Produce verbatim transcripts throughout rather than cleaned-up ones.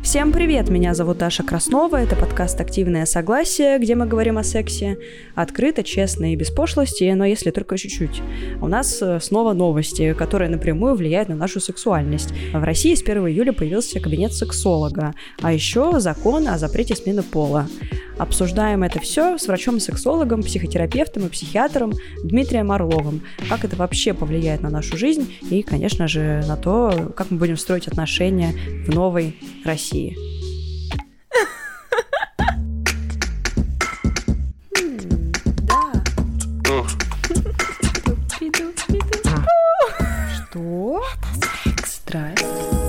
Всем привет, меня зовут Аша Краснова, это подкаст «Активное согласие», где мы говорим о сексе открыто, честно и без пошлости, но если только чуть-чуть. У нас снова новости, которые напрямую влияют на нашу сексуальность. В России с первого июля появился кабинет сексолога, а еще закон о запрете смены пола. Обсуждаем это все с врачом-сексологом, психотерапевтом и психиатром Дмитрием Орловым. Как это вообще повлияет на нашу жизнь и, конечно же, на то, как мы будем строить отношения в новой России. Что? Это секс. Здрасте.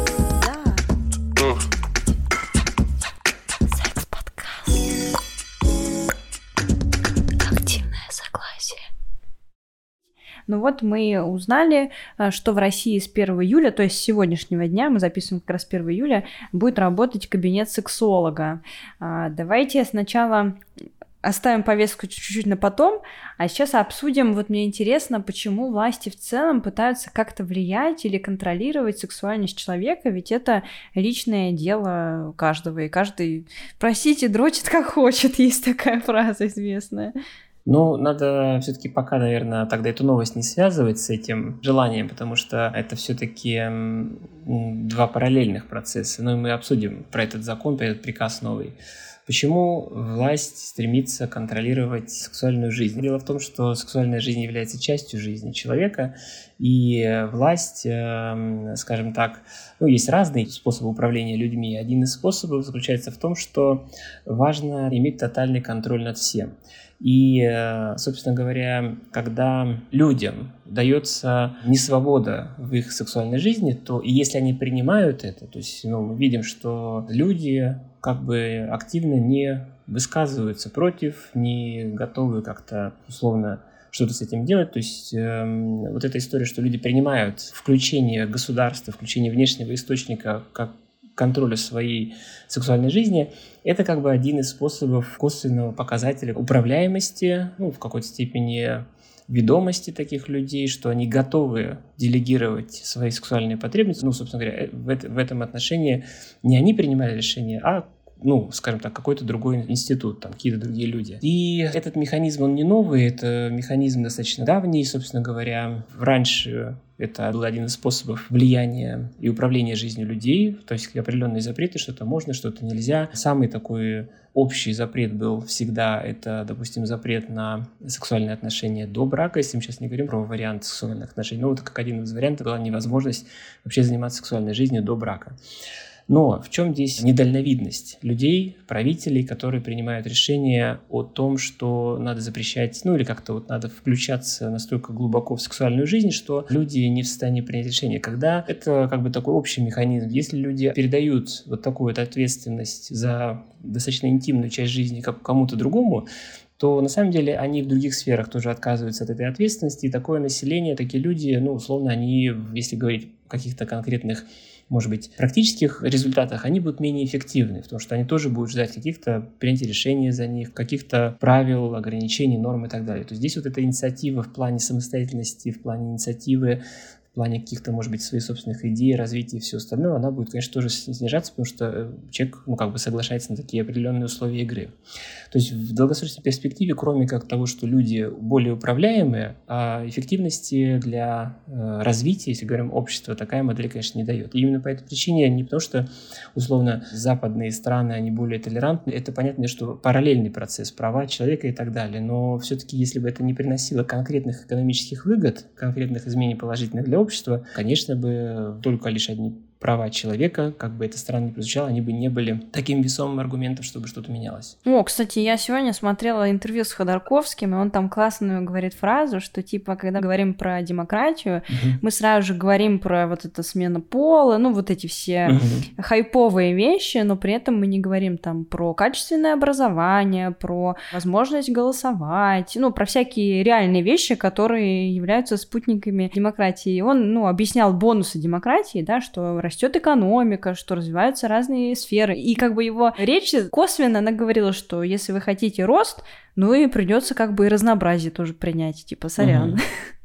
Ну вот мы узнали, что в России с первого июля, то есть с сегодняшнего дня, мы записываем как раз первого июля, будет работать кабинет сексолога. Давайте сначала оставим повестку чуть-чуть на потом, а сейчас обсудим, вот мне интересно, почему власти в целом пытаются как-то влиять или контролировать сексуальность человека, ведь это личное дело каждого, и каждый, простите, дрочит как хочет, есть такая фраза известная. Ну, надо все-таки пока, наверное, тогда эту новость не связывать с этим желанием, потому что это все-таки два параллельных процесса. Ну, и мы обсудим про этот закон, про этот приказ новый. Почему власть стремится контролировать сексуальную жизнь? Дело в том, что сексуальная жизнь является частью жизни человека, и власть, скажем так, ну, есть разные способы управления людьми. Один из способов заключается в том, что важно иметь тотальный контроль над всем. И, собственно говоря, когда людям дается несвобода в их сексуальной жизни, то и если они принимают это, то есть ну, мы видим, что люди как бы активно не высказываются против, не готовы как-то условно что-то с этим делать. То есть э, вот эта история, что люди принимают включение государства, включение внешнего источника как контроля своей сексуальной жизни, это как бы один из способов косвенного показателя управляемости, ну, в какой-то степени ведомости таких людей, что они готовы делегировать свои сексуальные потребности. Ну, собственно говоря, в, это, в этом отношении не они принимали решение, а ну, скажем так, какой-то другой институт, там, какие-то другие люди. И этот механизм, он не новый, это механизм достаточно давний, собственно говоря. Раньше это был один из способов влияния и управления жизнью людей, то есть определенные запреты, что-то можно, что-то нельзя. Самый такой общий запрет был всегда, это, допустим, запрет на сексуальные отношения до брака, если мы сейчас не говорим про вариант сексуальных отношений, но вот как один из вариантов была невозможность вообще заниматься сексуальной жизнью до брака. Но в чем здесь недальновидность людей, правителей, которые принимают решение о том, что надо запрещать, ну или как-то вот надо включаться настолько глубоко в сексуальную жизнь, что люди не в состоянии принять решение. Когда это как бы такой общий механизм, если люди передают вот такую вот ответственность за достаточно интимную часть жизни как кому-то другому, то на самом деле они в других сферах тоже отказываются от этой ответственности. И такое население, такие люди, ну условно, они, если говорить о каких-то конкретных, может быть, практических результатах, они будут менее эффективны, потому что они тоже будут ждать каких-то принятия решений за них, каких-то правил, ограничений, норм и так далее. То есть здесь вот эта инициатива в плане самостоятельности, в плане инициативы, в плане каких-то, может быть, своих собственных идей, развития и все остальное, она будет, конечно, тоже снижаться, потому что человек, ну, как бы соглашается на такие определенные условия игры. То есть в долгосрочной перспективе, кроме как того, что люди более управляемые, а эффективности для э, развития, если говорим общества, такая модель, конечно, не дает. И именно по этой причине, не потому что, условно, западные страны, они более толерантны, это понятно, что параллельный процесс, права человека и так далее, но все-таки, если бы это не приносило конкретных экономических выгод, конкретных изменений положительных для общества, конечно бы только лишь одни права человека, как бы это странно ни прозвучало, они бы не были таким весомым аргументом, чтобы что-то менялось. О, кстати, я сегодня смотрела интервью с Ходорковским, и он там классную говорит фразу, что типа, когда говорим про демократию, uh-huh. мы сразу же говорим про вот эту смену пола, ну вот эти все uh-huh. хайповые вещи, но при этом мы не говорим там про качественное образование, про возможность голосовать, ну про всякие реальные вещи, которые являются спутниками демократии. И он, ну, объяснял бонусы демократии, да, что растет экономика, что развиваются разные сферы. И как бы его речь косвенно, она говорила, что если вы хотите рост, ну и придется как бы и разнообразие тоже принять, типа, сорян. Угу.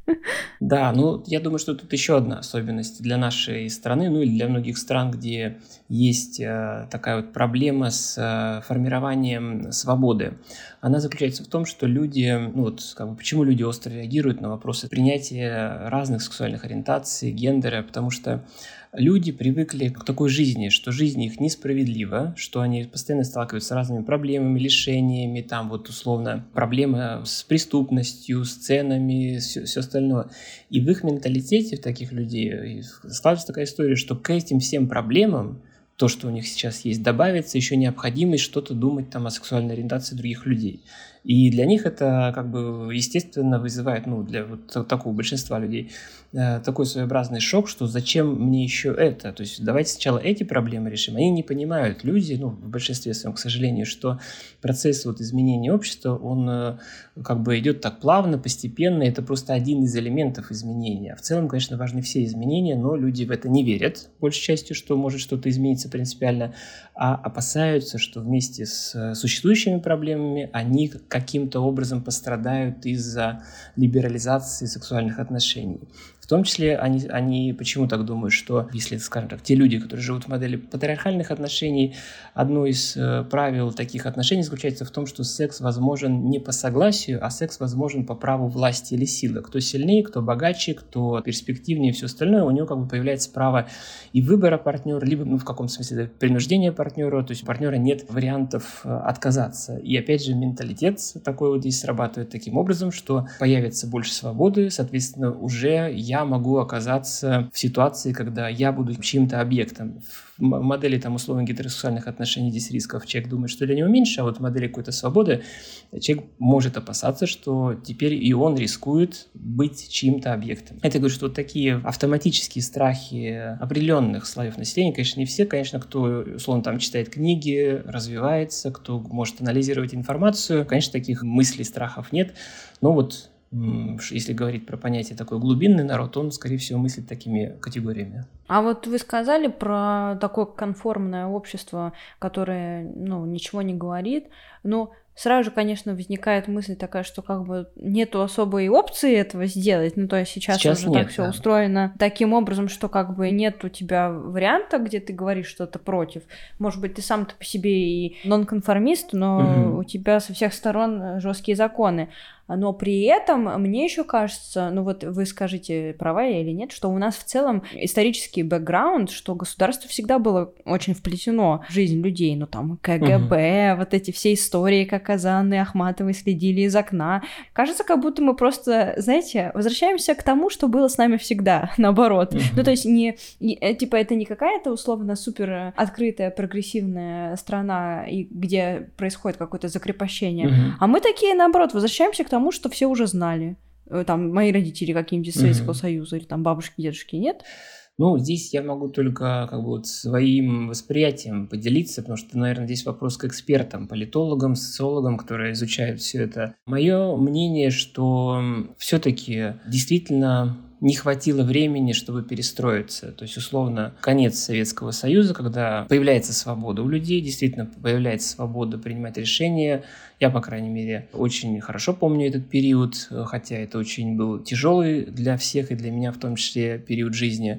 Да, ну я думаю, что тут еще одна особенность для нашей страны, ну или для многих стран, где есть э, такая вот проблема с э, формированием свободы. Она заключается в том, что люди, ну вот как бы, почему люди остро реагируют на вопросы принятия разных сексуальных ориентаций, гендера, потому что люди привыкли к такой жизни, что жизнь их несправедлива, что они постоянно сталкиваются с разными проблемами, лишениями, там вот условно проблемы с преступностью, с ценами, все, все остальное. И в их менталитете, в таких людей, складывается такая история, что к этим всем проблемам, то, что у них сейчас есть, добавится еще необходимость что-то думать там о сексуальной ориентации других людей. И для них это, как бы, естественно, вызывает, ну, для вот такого большинства людей, э, такой своеобразный шок, что зачем мне еще это? То есть давайте сначала эти проблемы решим. Они не понимают, люди, ну, в большинстве своем, к сожалению, что процесс вот изменения общества, он э, как бы идет так плавно, постепенно, это просто один из элементов изменения. В целом, конечно, важны все изменения, но люди в это не верят, большей частью, что может что-то измениться принципиально, а опасаются, что вместе с существующими проблемами они каким-то образом пострадают из-за либерализации сексуальных отношений. В том числе они, они почему так думают, что если, скажем так, те люди, которые живут в модели патриархальных отношений, одно из э, правил таких отношений заключается в том, что секс возможен не по согласию, а секс возможен по праву власти или силы. Кто сильнее, кто богаче, кто перспективнее и все остальное, у него как бы появляется право и выбора партнера, либо, ну, в каком смысле, принуждения партнера, то есть у партнера нет вариантов э, отказаться. И опять же, менталитет такой вот здесь срабатывает таким образом, что появится больше свободы, соответственно, уже я я могу оказаться в ситуации, когда я буду чьим-то объектом. В модели там условно гетеросексуальных отношений здесь рисков человек думает, что для него меньше, а вот в модели какой-то свободы человек может опасаться, что теперь и он рискует быть чьим-то объектом. Это говорит, что вот такие автоматические страхи определенных слоев населения, конечно, не все, конечно, кто условно там читает книги, развивается, кто может анализировать информацию, конечно, таких мыслей, страхов нет, но вот если говорить про понятие такой глубинный народ, он, скорее всего, мыслит такими категориями. А вот вы сказали про такое конформное общество, которое, ну, ничего не говорит, но сразу же, конечно, возникает мысль такая, что как бы нету особой опции этого сделать. Ну, то есть сейчас, сейчас уже нет, так все да. устроено таким образом, что как бы нет у тебя варианта, где ты говоришь что-то против. Может быть, ты сам-то по себе и нонконформист, но угу. у тебя со всех сторон жесткие законы. Но при этом мне еще кажется, ну вот вы скажите, права я или нет, что у нас в целом исторический бэкграунд, что государство всегда было очень вплетено в жизнь людей, ну там ка гэ бэ, угу. вот эти все истории, как Казан и Ахматовой следили из окна. Кажется, как будто мы просто, знаете, возвращаемся к тому, что было с нами всегда, наоборот. Угу. Ну то есть не, не, типа это не какая-то условно супер открытая, прогрессивная страна, и где происходит какое-то закрепощение, угу. а мы такие, наоборот, возвращаемся к тому, тому, что все уже знали. Там мои родители какие-нибудь из Советского uh-huh. Союза, или там бабушки, дедушки, нет? Ну, здесь я могу только как бы вот своим восприятием поделиться, потому что, наверное, здесь вопрос к экспертам, политологам, социологам, которые изучают все это. Мое мнение, что все-таки действительно не хватило времени, чтобы перестроиться. То есть, условно, конец Советского Союза, когда появляется свобода у людей, действительно появляется свобода принимать решения. Я, по крайней мере, очень хорошо помню этот период, хотя это очень был тяжелый для всех и для меня в том числе период жизни.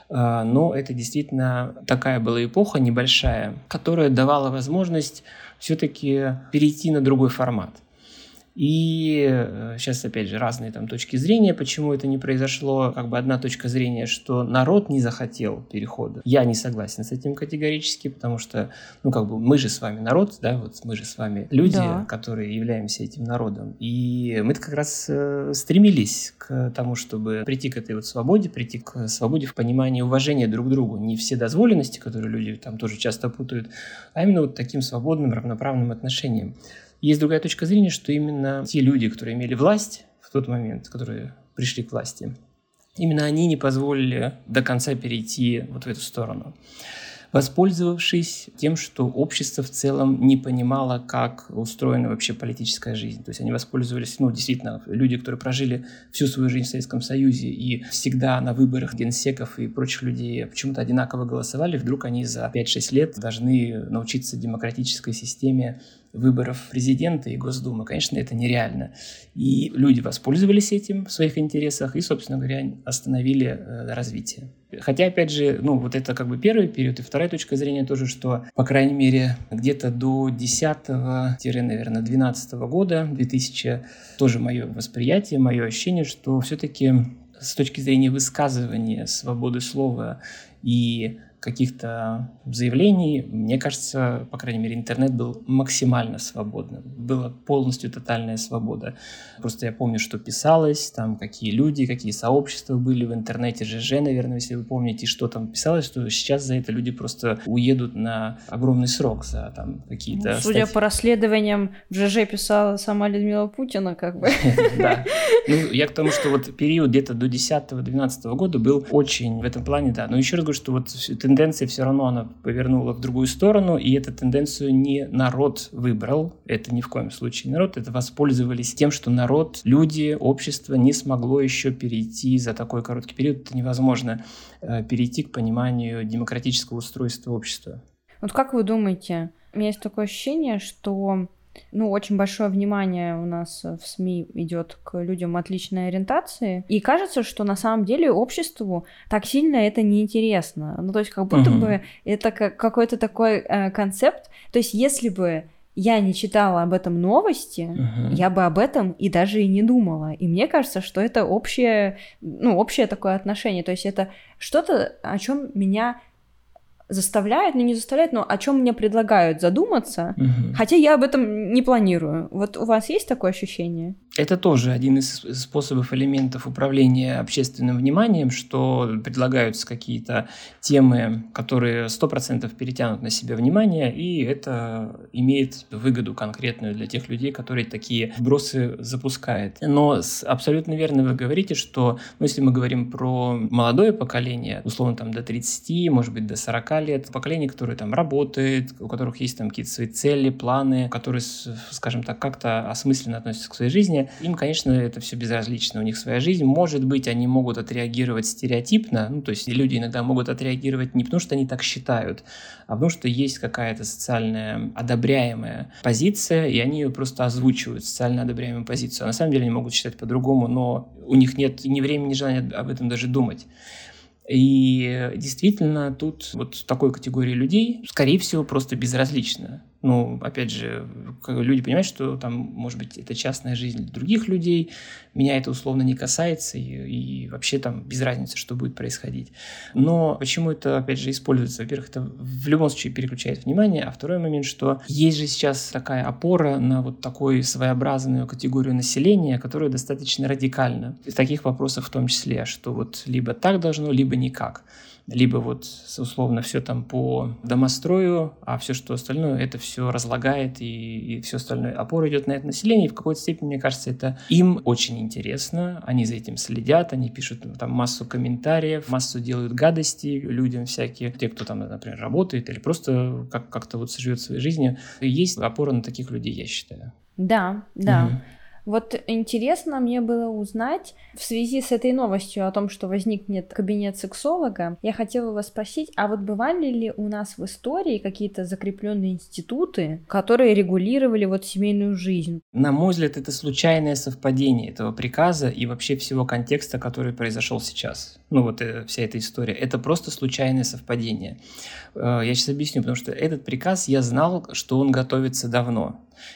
Но это действительно такая была эпоха небольшая, которая давала возможность все-таки перейти на другой формат. И сейчас, опять же, разные там точки зрения, почему это не произошло. Как бы одна точка зрения, что народ не захотел перехода. Я не согласен с этим категорически, потому что, ну, как бы мы же с вами народ, да, вот мы же с вами люди, да. которые являемся этим народом. И мы как раз э, стремились к тому, чтобы прийти к этой вот свободе, прийти к свободе в понимании уважения друг к другу. Не вседозволенности, которые люди там тоже часто путают, а именно вот таким свободным, равноправным отношением. Есть другая точка зрения, что именно те люди, которые имели власть в тот момент, которые пришли к власти, именно они не позволили до конца перейти вот в эту сторону, воспользовавшись тем, что общество в целом не понимало, как устроена вообще политическая жизнь. То есть они воспользовались, ну, действительно, люди, которые прожили всю свою жизнь в Советском Союзе и всегда на выборах генсеков и прочих людей почему-то одинаково голосовали, вдруг они за пять-шесть лет должны научиться демократической системе выборов президента и Госдумы. Конечно, это нереально. И люди воспользовались этим в своих интересах и, собственно говоря, остановили э, развитие. Хотя, опять же, ну, вот это как бы первый период, и вторая точка зрения тоже, что, по крайней мере, где-то до десятого, наверное, двенадцатого года, две тысячи, тоже мое восприятие, мое ощущение, что все-таки с точки зрения высказывания свободы слова и каких-то заявлений, мне кажется, по крайней мере, интернет был максимально свободным. Была полностью тотальная свобода. Просто я помню, что писалось, там какие люди, какие сообщества были в интернете, ЖЖ, наверное, если вы помните, что там писалось, что сейчас за это люди просто уедут на огромный срок за там какие-то... Ну, судя статьи. по расследованиям, в ЖЖ писала сама Людмила Путина, как бы. Да. Ну, я к тому, что вот период где-то до десятого-двенадцатого года был очень в этом плане, да. Но еще раз говорю, что вот тенденция все равно она повернула в другую сторону, и эту тенденцию не народ выбрал, это ни в коем случае не народ, это воспользовались тем, что народ, люди, общество не смогло еще перейти за такой короткий период, это невозможно э, перейти к пониманию демократического устройства общества. Вот как вы думаете, у меня есть такое ощущение, что ну, очень большое внимание у нас в СМИ идет к людям отличной ориентации, и кажется, что на самом деле обществу так сильно это неинтересно. Ну, то есть как будто uh-huh. бы это как какой-то такой э, концепт. То есть если бы я не читала об этом новости, uh-huh. я бы об этом и даже и не думала. И мне кажется, что это общее, ну, общее такое отношение. То есть это что-то, о чем меня заставляет, ну не заставляет, но о чем мне предлагают задуматься, угу. хотя я об этом не планирую. Вот у вас есть такое ощущение? Это тоже один из способов, элементов управления общественным вниманием, что предлагаются какие-то темы, которые сто процентов перетянут на себя внимание, и это имеет выгоду конкретную для тех людей, которые такие вбросы запускают. Но абсолютно верно вы говорите, что ну, если мы говорим про молодое поколение, условно там до тридцати, может быть до сорока лет, поколение, которое там работает, у которых есть там какие-то свои цели, планы, которые, скажем так, как-то осмысленно относятся к своей жизни, им, конечно, это все безразлично, у них своя жизнь. Может быть, они могут отреагировать стереотипно, ну, то есть люди иногда могут отреагировать не потому, что они так считают, а потому, что есть какая-то социальная одобряемая позиция, и они ее просто озвучивают, социально одобряемую позицию. А на самом деле они могут считать по-другому, но у них нет ни времени, ни желания об этом даже думать. И действительно, тут вот такой категории людей, скорее всего, просто безразлично. Ну, опять же, люди понимают, что там, может быть, это частная жизнь других людей, меня это условно не касается, и, и вообще там без разницы, что будет происходить. Но почему это, опять же, используется? Во-первых, это в любом случае переключает внимание, а второй момент, что есть же сейчас такая опора на вот такую своеобразную категорию населения, которая достаточно радикальна. В таких вопросах в том числе, что вот либо так должно, либо никак. Либо вот условно все там по домострою, а все, что остальное, это все разлагает, и, и все остальное. Опора идет на это население, и в какой-то степени, мне кажется, это им очень интересно, они за этим следят, они пишут там массу комментариев, массу делают гадости людям всякие, те, кто там, например, работает или просто как- как-то вот живет своей жизнью. И есть опора на таких людей, я считаю. Да, да. Угу. Вот интересно мне было узнать, в связи с этой новостью о том, что возникнет кабинет сексолога, я хотела вас спросить, а вот бывали ли у нас в истории какие-то закрепленные институты, которые регулировали вот семейную жизнь? На мой взгляд, это случайное совпадение этого приказа и вообще всего контекста, который произошел сейчас. Ну вот э, вся эта история. Это просто случайное совпадение. Э, я сейчас объясню, потому что этот приказ, я знал, что он готовится давно.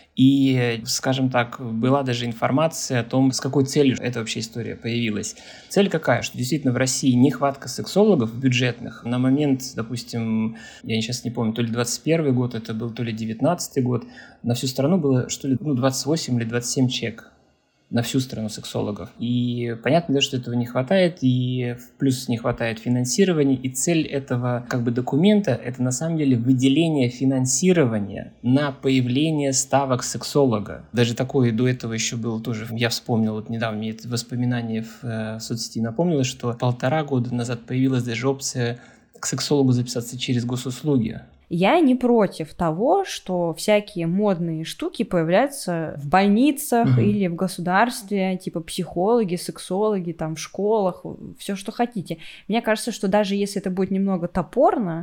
И, скажем так, была даже информация о том, с какой целью эта вообще история появилась. Цель какая? Что действительно в России нехватка сексологов бюджетных. На момент, допустим, я сейчас не помню, то ли двадцать первый год это был, то ли девятнадцатый год, на всю страну было, что ли, ну, двадцать восемь или двадцать семь человек. На всю страну сексологов. И понятно, что этого не хватает, и плюс не хватает финансирования, и цель этого как бы документа – это на самом деле выделение финансирования на появление ставок сексолога. Даже такое до этого еще было тоже, я вспомнил, вот недавно мне это воспоминание в э, соцсети напомнило, что полтора года назад появилась даже опция к сексологу записаться через госуслуги. Я не против того, что всякие модные штуки появляются в больницах uh-huh. или в государстве, типа психологи, сексологи, там в школах, все, что хотите. Мне кажется, что даже если это будет немного топорно,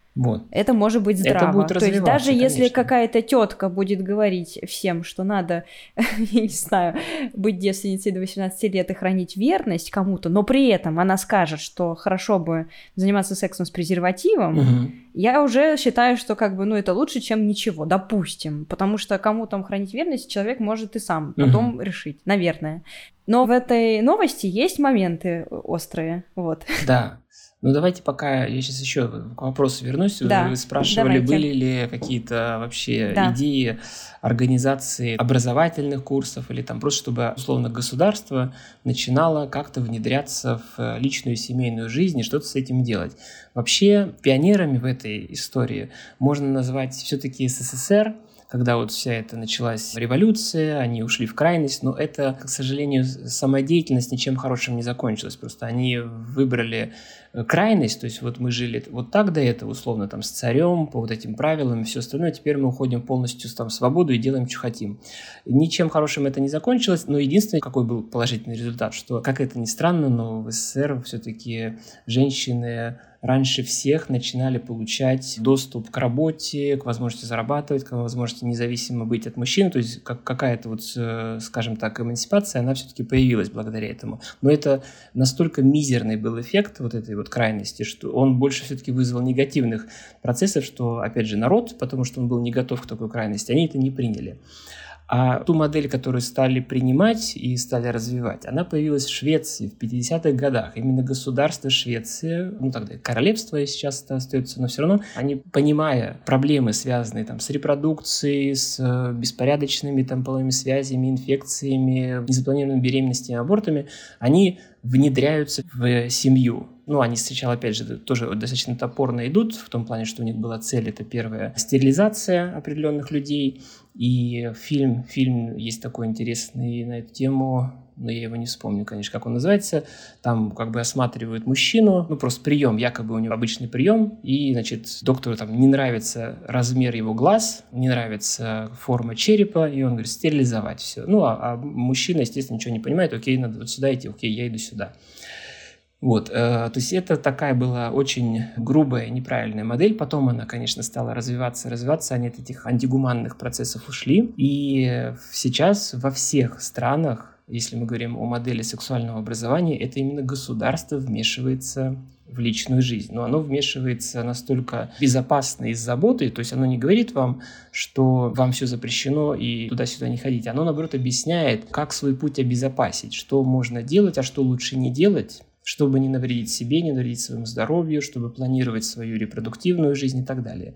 Вот. Это может быть здраво. Это будет То есть даже конечно. если какая-то тетка будет говорить всем, что надо, я не знаю, быть девственницей до восемнадцати лет и хранить верность кому-то, но при этом она скажет, что хорошо бы заниматься сексом с презервативом, угу. я уже считаю, что как бы, ну, это лучше, чем ничего, допустим, потому что кому там хранить верность, человек может и сам потом угу. решить, наверное. Но в этой новости есть моменты острые, вот. Да. Ну, давайте пока я сейчас еще к вопросу вернусь. Да, Вы спрашивали, давайте. были ли какие-то вообще да. идеи организации образовательных курсов или там просто, чтобы, условно, государство начинало как-то внедряться в личную и семейную жизнь и что-то с этим делать. Вообще, пионерами в этой истории можно назвать все-таки СССР, когда вот вся эта началась революция, они ушли в крайность, но это, к сожалению, самодеятельность ничем хорошим не закончилась. Просто они выбрали крайность, то есть вот мы жили вот так до этого, условно, там, с царем, по вот этим правилам и все остальное, теперь мы уходим полностью там, в свободу и делаем, что хотим. Ничем хорошим это не закончилось, но единственный, какой был положительный результат, что, как это ни странно, но в СССР все-таки женщины раньше всех начинали получать доступ к работе, к возможности зарабатывать, к возможности независимо быть от мужчин. То есть как, какая-то вот, скажем так, эмансипация, она все-таки появилась благодаря этому. Но это настолько мизерный был эффект вот этой вот крайности, что он больше все-таки вызвал негативных процессов, что, опять же, народ, потому что он был не готов к такой крайности, они это не приняли. А ту модель, которую стали принимать и стали развивать, она появилась в Швеции в пятидесятых годах. Именно государство Швеции, ну тогда королевство сейчас это остается, но все равно они, понимая проблемы, связанные там с репродукцией, с беспорядочными там половыми связями, инфекциями, незапланированными беременностями, абортами, они внедряются в семью. Ну, они сначала, опять же, тоже достаточно топорно идут, в том плане, что у них была цель, это первая стерилизация определенных людей. И фильм, фильм есть такой интересный на эту тему, но я его не вспомню, конечно, как он называется. Там как бы осматривают мужчину, ну, просто прием, якобы у него обычный прием, и, значит, доктору там не нравится размер его глаз, не нравится форма черепа, и он говорит, стерилизовать все. Ну, а, а мужчина, естественно, ничего не понимает, окей, надо вот сюда идти, окей, я иду сюда. Вот, э, то есть это такая была очень грубая, неправильная модель. Потом она, конечно, стала развиваться, развиваться. Они от этих антигуманных процессов ушли. И сейчас во всех странах, если мы говорим о модели сексуального образования, это именно государство вмешивается в личную жизнь. Но оно вмешивается настолько безопасно и с заботой, то есть оно не говорит вам, что вам все запрещено и туда-сюда не ходить. Оно, наоборот, объясняет, как свой путь обезопасить, что можно делать, а что лучше не делать, чтобы не навредить себе, не навредить своему здоровью, чтобы планировать свою репродуктивную жизнь и так далее.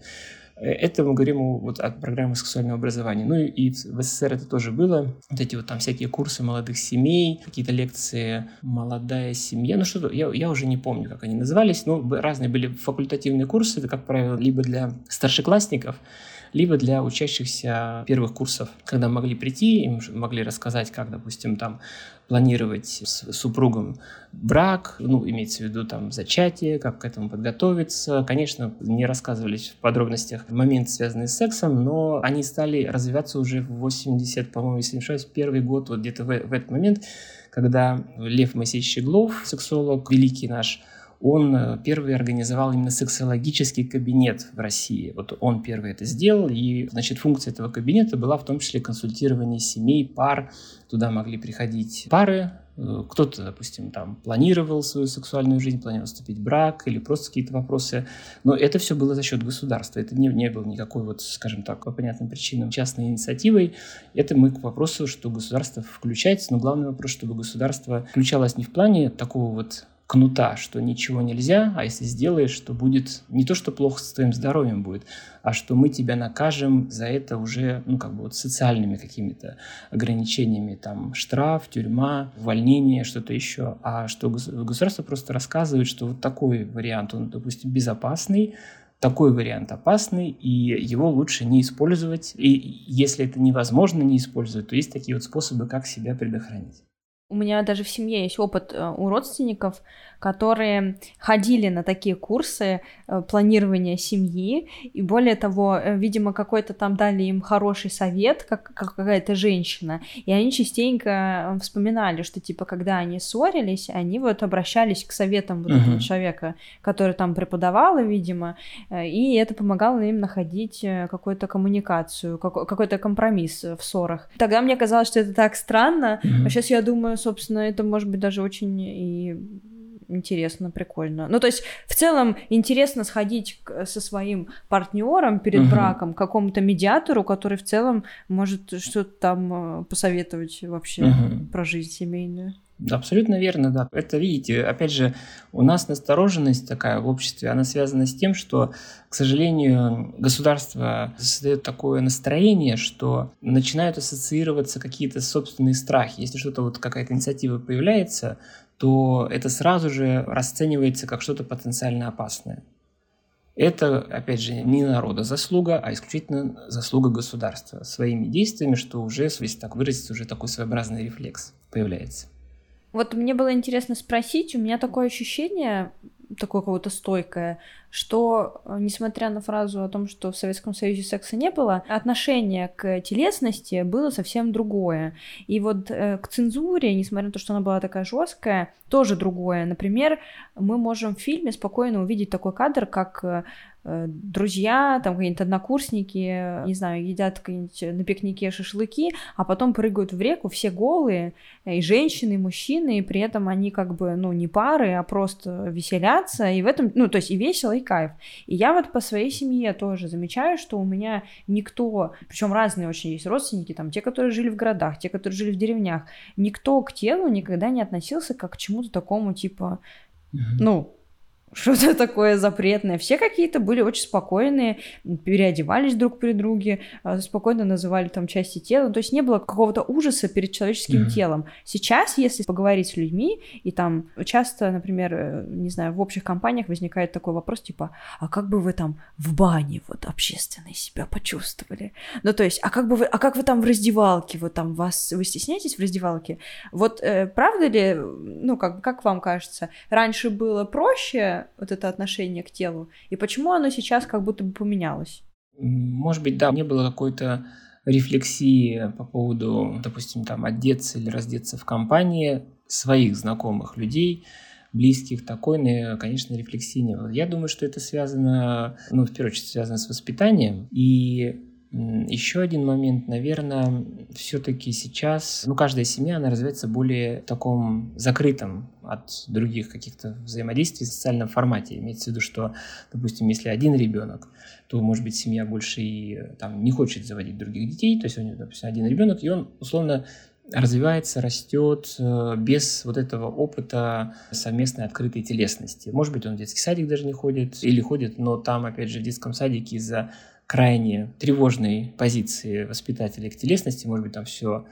Это мы говорим вот о программе сексуального образования. Ну и в СССР это тоже было. Вот эти вот там всякие курсы молодых семей, какие-то лекции «Молодая семья». Ну что-то, я, я уже не помню, как они назывались, но разные были факультативные курсы. Это, как правило, либо для старшеклассников, либо для учащихся первых курсов, когда могли прийти, им могли рассказать, как, допустим, там планировать с супругом брак, ну, имеется в виду там зачатие, как к этому подготовиться. Конечно, не рассказывались в подробностях моменты, связанные с сексом, но они стали развиваться уже в восемьдесят, по-моему, если не ошибаюсь, первый год, вот где-то в, в этот момент, когда Лев Моисеевич Щеглов, сексолог, великий наш, он первый организовал именно сексологический кабинет в России. Вот он первый это сделал, и, значит, функция этого кабинета была в том числе консультирование семей, пар. Туда могли приходить пары, кто-то, допустим, там планировал свою сексуальную жизнь, планировал вступить в брак или просто какие-то вопросы. Но это все было за счет государства. Это не, не было никакой, вот, скажем так, по понятным причинам частной инициативой. Это мы к вопросу, что государство включается, но главный вопрос, чтобы государство включалось не в плане такого вот кнута, что ничего нельзя, а если сделаешь, то будет не то, что плохо с твоим здоровьем будет, а что мы тебя накажем за это уже, ну, как бы вот социальными какими-то ограничениями, там, штраф, тюрьма, увольнение, что-то еще, а что государство просто рассказывает, что вот такой вариант, он, допустим, безопасный, такой вариант опасный, и его лучше не использовать, и если это невозможно не использовать, то есть такие вот способы, как себя предохранить. У меня даже в семье есть опыт у родственников, которые ходили на такие курсы э, планирования семьи, и более того, э, видимо, какой-то там дали им хороший совет, как, как какая-то женщина, и они частенько вспоминали, что типа, когда они ссорились, они вот обращались к советам вот uh-huh. этого человека, который там преподавал, видимо, э, и это помогало им находить какую-то коммуникацию, какой- какой-то компромисс в ссорах. Тогда мне казалось, что это так странно, uh-huh. а сейчас я думаю, собственно, это может быть даже очень и интересно, прикольно. Ну, то есть, в целом, интересно сходить к, со своим партнером перед uh-huh. браком к какому-то медиатору, который в целом может что-то там посоветовать вообще uh-huh. про жизнь семейную. Абсолютно верно, да. Это, видите, опять же, у нас настороженность такая в обществе, она связана с тем, что, к сожалению, государство создает такое настроение, что начинают ассоциироваться какие-то собственные страхи. Если что-то, вот какая-то инициатива появляется, то это сразу же расценивается как что-то потенциально опасное. Это, опять же, не народа заслуга, а исключительно заслуга государства своими действиями, что уже, если так выразиться, уже такой своеобразный рефлекс появляется. Вот мне было интересно спросить, у меня такое ощущение, такое какое-то стойкое, что, несмотря на фразу о том, что в Советском Союзе секса не было, отношение к телесности было совсем другое. И вот э, к цензуре, несмотря на то, что она была такая жесткая, тоже другое. Например, мы можем в фильме спокойно увидеть такой кадр, как э, друзья, там какие-нибудь однокурсники, не знаю, едят какие-нибудь на пикнике шашлыки, а потом прыгают в реку все голые, и женщины, и мужчины, и при этом они как бы, ну, не пары, а просто веселятся, и в этом, ну, то есть и весело, и кайф. И я вот по своей семье тоже замечаю, что у меня никто, причем разные очень есть родственники, там, те, которые жили в городах, те, которые жили в деревнях, никто к телу никогда не относился как к чему-то такому, типа, mm-hmm. ну, что-то такое запретное. Все какие-то были очень спокойные, переодевались друг при друге, спокойно называли там части тела. То есть не было какого-то ужаса перед человеческим mm-hmm. телом. Сейчас, если поговорить с людьми, и там часто, например, не знаю, в общих компаниях возникает такой вопрос, типа, а как бы вы там в бане вот общественной себя почувствовали? Ну, то есть, а как бы вы, а как вы там в раздевалке, вот там вас, вы стесняетесь в раздевалке? Вот э, правда ли, ну, как, как вам кажется, раньше было проще вот это отношение к телу, и почему оно сейчас как будто бы поменялось? Может быть, да, не было какой-то рефлексии по поводу, допустим, там, одеться или раздеться в компании своих знакомых людей, близких, такой, конечно, рефлексии не было. Я думаю, что это связано, ну, в первую очередь, связано с воспитанием, и еще один момент, наверное, все-таки сейчас, ну, каждая семья, она развивается более в таком закрытом от других каких-то взаимодействий в социальном формате. Имеется в виду, что, допустим, если один ребенок, то, может быть, семья больше и там не хочет заводить других детей, то есть у него, допустим, один ребенок, и он, условно, развивается, растет без вот этого опыта совместной открытой телесности. Может быть, он в детский садик даже не ходит, или ходит, но там, опять же, в детском садике из-за крайне тревожной позиции воспитателей к телесности, может быть, там все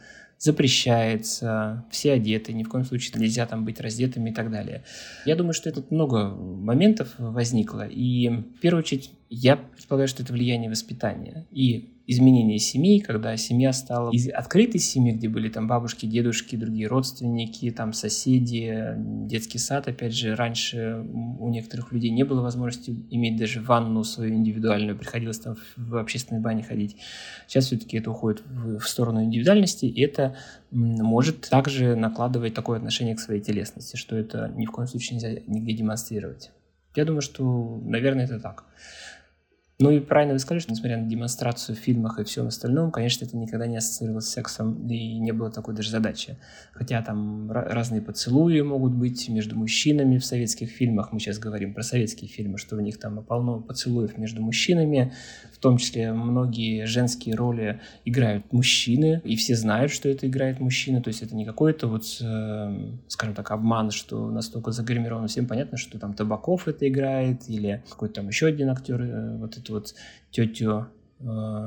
запрещается, все одеты, ни в коем случае нельзя там быть раздетыми и так далее. Я думаю, что это много моментов возникло, и в первую очередь я предполагаю, что это влияние воспитания и изменение семей, когда семья стала из открытой семьи, где были там бабушки, дедушки, другие родственники, там соседи, детский сад, опять же, раньше у некоторых людей не было возможности иметь даже ванну свою индивидуальную, приходилось там в общественной бане ходить. Сейчас все-таки это уходит в сторону индивидуальности, и это может также накладывать такое отношение к своей телесности, что это ни в коем случае нельзя нигде демонстрировать. Я думаю, что, наверное, это так. Ну и правильно вы сказали, что несмотря на демонстрацию в фильмах и всем остальном, конечно, это никогда не ассоциировалось с сексом, и не было такой даже задачи. Хотя там разные поцелуи могут быть между мужчинами в советских фильмах. Мы сейчас говорим про советские фильмы, что в них там полно поцелуев между мужчинами. В том числе многие женские роли играют мужчины, и все знают, что это играет мужчина. То есть это не какой-то вот, э, скажем так, обман, что настолько загримировано. Всем понятно, что там Табаков это играет, или какой-то там еще один актер, э, вот это вот тетю э,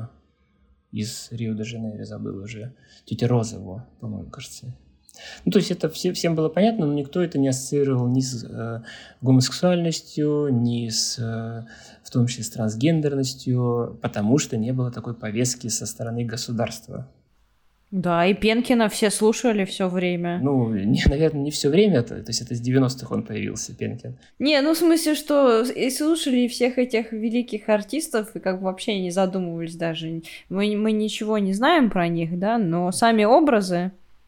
из Рио-де-Жанейро, забыл уже, тетя Розова, по-моему, кажется. Ну, то есть это все, всем было понятно, но никто это не ассоциировал ни с э, гомосексуальностью, ни с, э, в том числе с трансгендерностью, потому что не было такой повестки со стороны государства. Да, и Пенкина все слушали все время. Ну, не, наверное, не все время, то, то есть это с девяностых он появился, Пенкин. Не, ну в смысле, что и слушали всех этих великих артистов, и как бы вообще не задумывались даже. Мы, мы ничего не знаем про них, да, но сами образы,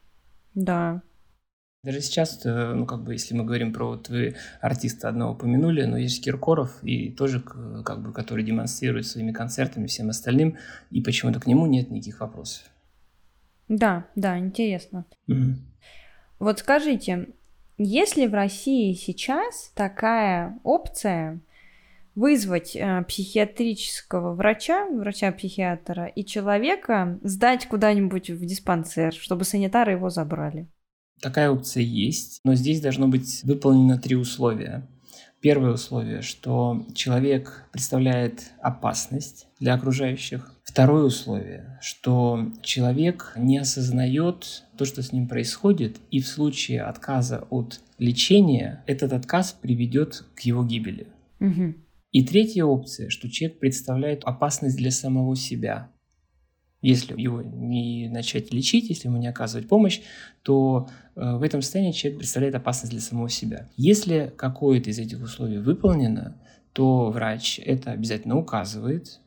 да. Даже сейчас, ну, как бы, если мы говорим про вот вы артиста одного упомянули, но есть Киркоров, и тоже, как бы, который демонстрирует своими концертами всем остальным, и почему-то к нему нет никаких вопросов. Да, да, интересно. Mm-hmm. Вот скажите, есть ли в России сейчас такая опция вызвать э, психиатрического врача, врача-психиатра, и человека сдать куда-нибудь в диспансер, чтобы санитары его забрали? Такая опция есть, но здесь должно быть выполнено три условия. Первое условие, что человек представляет опасность для окружающих. Второе условие, что человек не осознает то, что с ним происходит, и в случае отказа от лечения этот отказ приведет к его гибели. Угу. И третья опция, что человек представляет опасность для самого себя. Если его не начать лечить, если ему не оказывать помощь, то э, в этом состоянии человек представляет опасность для самого себя. Если какое-то из этих условий выполнено, то врач это обязательно указывает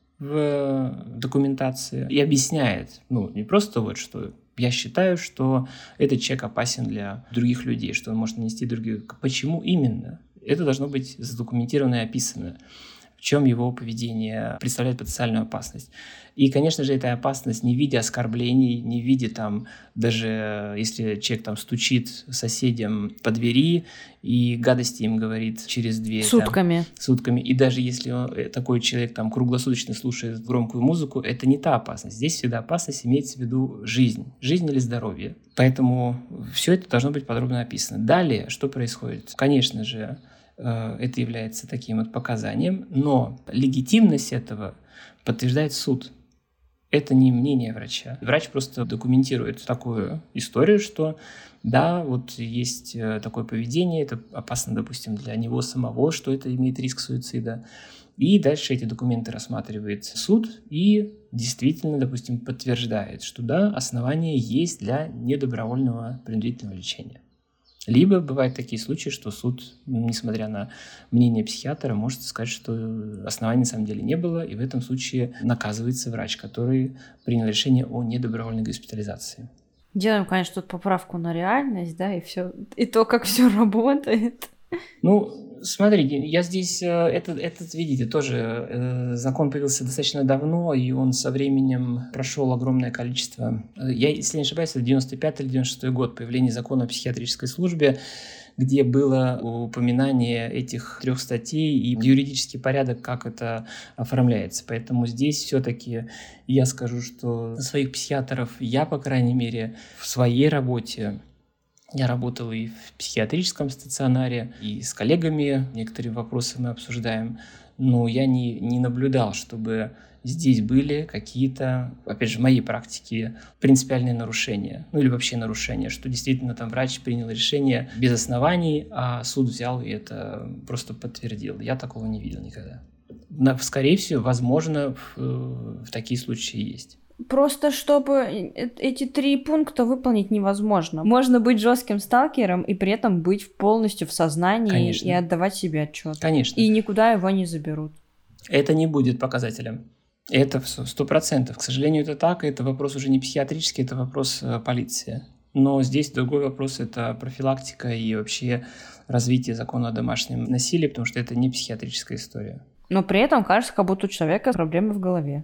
в документации и объясняет, ну, не просто вот, что я считаю, что этот человек опасен для других людей, что он может нанести других. Почему именно? Это должно быть задокументировано и описано, в чем его поведение представляет потенциальную опасность. И, конечно же, эта опасность не в виде оскорблений, не в виде там, даже если человек там стучит соседям по двери и гадости им говорит через дверь. Сутками. Там, сутками. И даже если он, такой человек там круглосуточно слушает громкую музыку, это не та опасность. Здесь всегда опасность имеется в виду жизнь. Жизнь или здоровье. Поэтому все это должно быть подробно описано. Далее, что происходит? Конечно же, это является таким вот показанием, но легитимность этого подтверждает суд. Это не мнение врача. Врач просто документирует такую историю, что да, вот есть такое поведение, это опасно, допустим, для него самого, что это имеет риск суицида. И дальше эти документы рассматривает суд и действительно, допустим, подтверждает, что да, основания есть для недобровольного принудительного лечения. Либо бывают такие случаи, что суд, несмотря на мнение психиатра, может сказать, что оснований на самом деле не было, и в этом случае наказывается врач, который принял решение о недобровольной госпитализации. Делаем, конечно, тут поправку на реальность, да, и все, и то, как все работает. Ну, смотрите, я здесь, этот, этот видите, тоже э, закон появился достаточно давно, и он со временем прошел огромное количество. Я, если не ошибаюсь, это девяносто пятый или девяносто шестой год появления закона о психиатрической службе, где было упоминание этих трех статей и юридический порядок, как это оформляется. Поэтому здесь все-таки я скажу, что своих психиатров я, по крайней мере, в своей работе, я работал и в психиатрическом стационаре, и с коллегами некоторые вопросы мы обсуждаем, но я не, не наблюдал, чтобы здесь были какие-то, опять же, в моей практике, принципиальные нарушения, ну или вообще нарушения, что действительно там врач принял решение без оснований, а суд взял и это просто подтвердил. Я такого не видел никогда. Скорее всего, возможно, в, в такие случаи есть. Просто чтобы эти три пункта выполнить невозможно. Можно быть жестким сталкером и при этом быть полностью в сознании. Конечно. И отдавать себе отчет. Конечно. И никуда его не заберут. Это не будет показателем. Это сто процентов. К сожалению, это так. Это вопрос уже не психиатрический, это вопрос полиции. Но здесь другой вопрос – это профилактика и вообще развитие закона о домашнем насилии, потому что это не психиатрическая история. Но при этом кажется, как будто у человека проблемы в голове.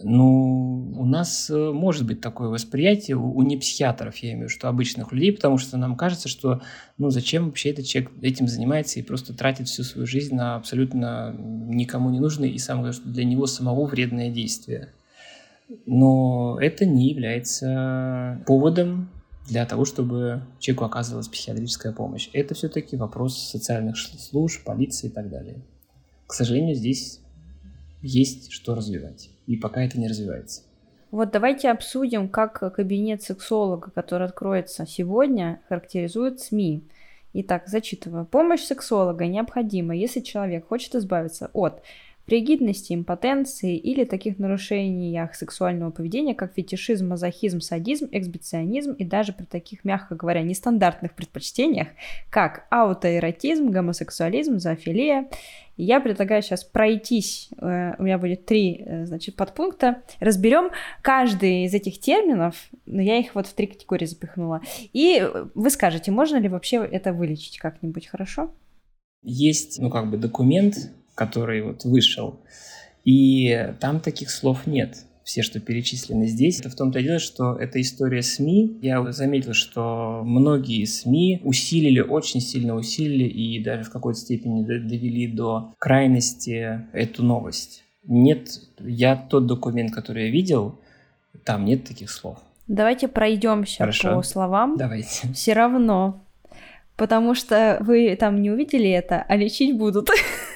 Ну, у нас может быть такое восприятие, у, у непсихиатров, я имею в виду, что обычных людей, потому что нам кажется, что ну зачем вообще этот человек этим занимается и просто тратит всю свою жизнь на абсолютно никому не нужное и самое главное, что для него самого вредное действие. Но это не является поводом для того, чтобы человеку оказывалась психиатрическая помощь. Это все-таки вопрос социальных служб, полиции и так далее. К сожалению, здесь есть что развивать. И пока это не развивается. Вот давайте обсудим, как кабинет сексолога, который откроется сегодня, характеризует СМИ. Итак, зачитываю. Помощь сексолога необходима, если человек хочет избавиться от фригидности, импотенции или таких нарушениях сексуального поведения, как фетишизм, мазохизм, садизм, эксбиционизм и даже при таких, мягко говоря, нестандартных предпочтениях, как аутоэротизм, гомосексуализм, зоофилия. И я предлагаю сейчас пройтись, у меня будет три, значит, подпункта, разберем каждый из этих терминов, но я их вот в три категории запихнула, и вы скажете, можно ли вообще это вылечить как-нибудь, хорошо? Есть, ну, как бы документ, который вот вышел, и там таких слов нет. Все, что перечислены здесь. Это в том-то и дело, что это история СМИ. Я заметил, что многие СМИ усилили, очень сильно усилили и даже в какой-то степени довели до крайности эту новость. Нет, я тот документ, который я видел, там нет таких слов. Давайте пройдемся Хорошо. По словам. Давайте. Все равно, потому что вы там не увидели это, а лечить будут.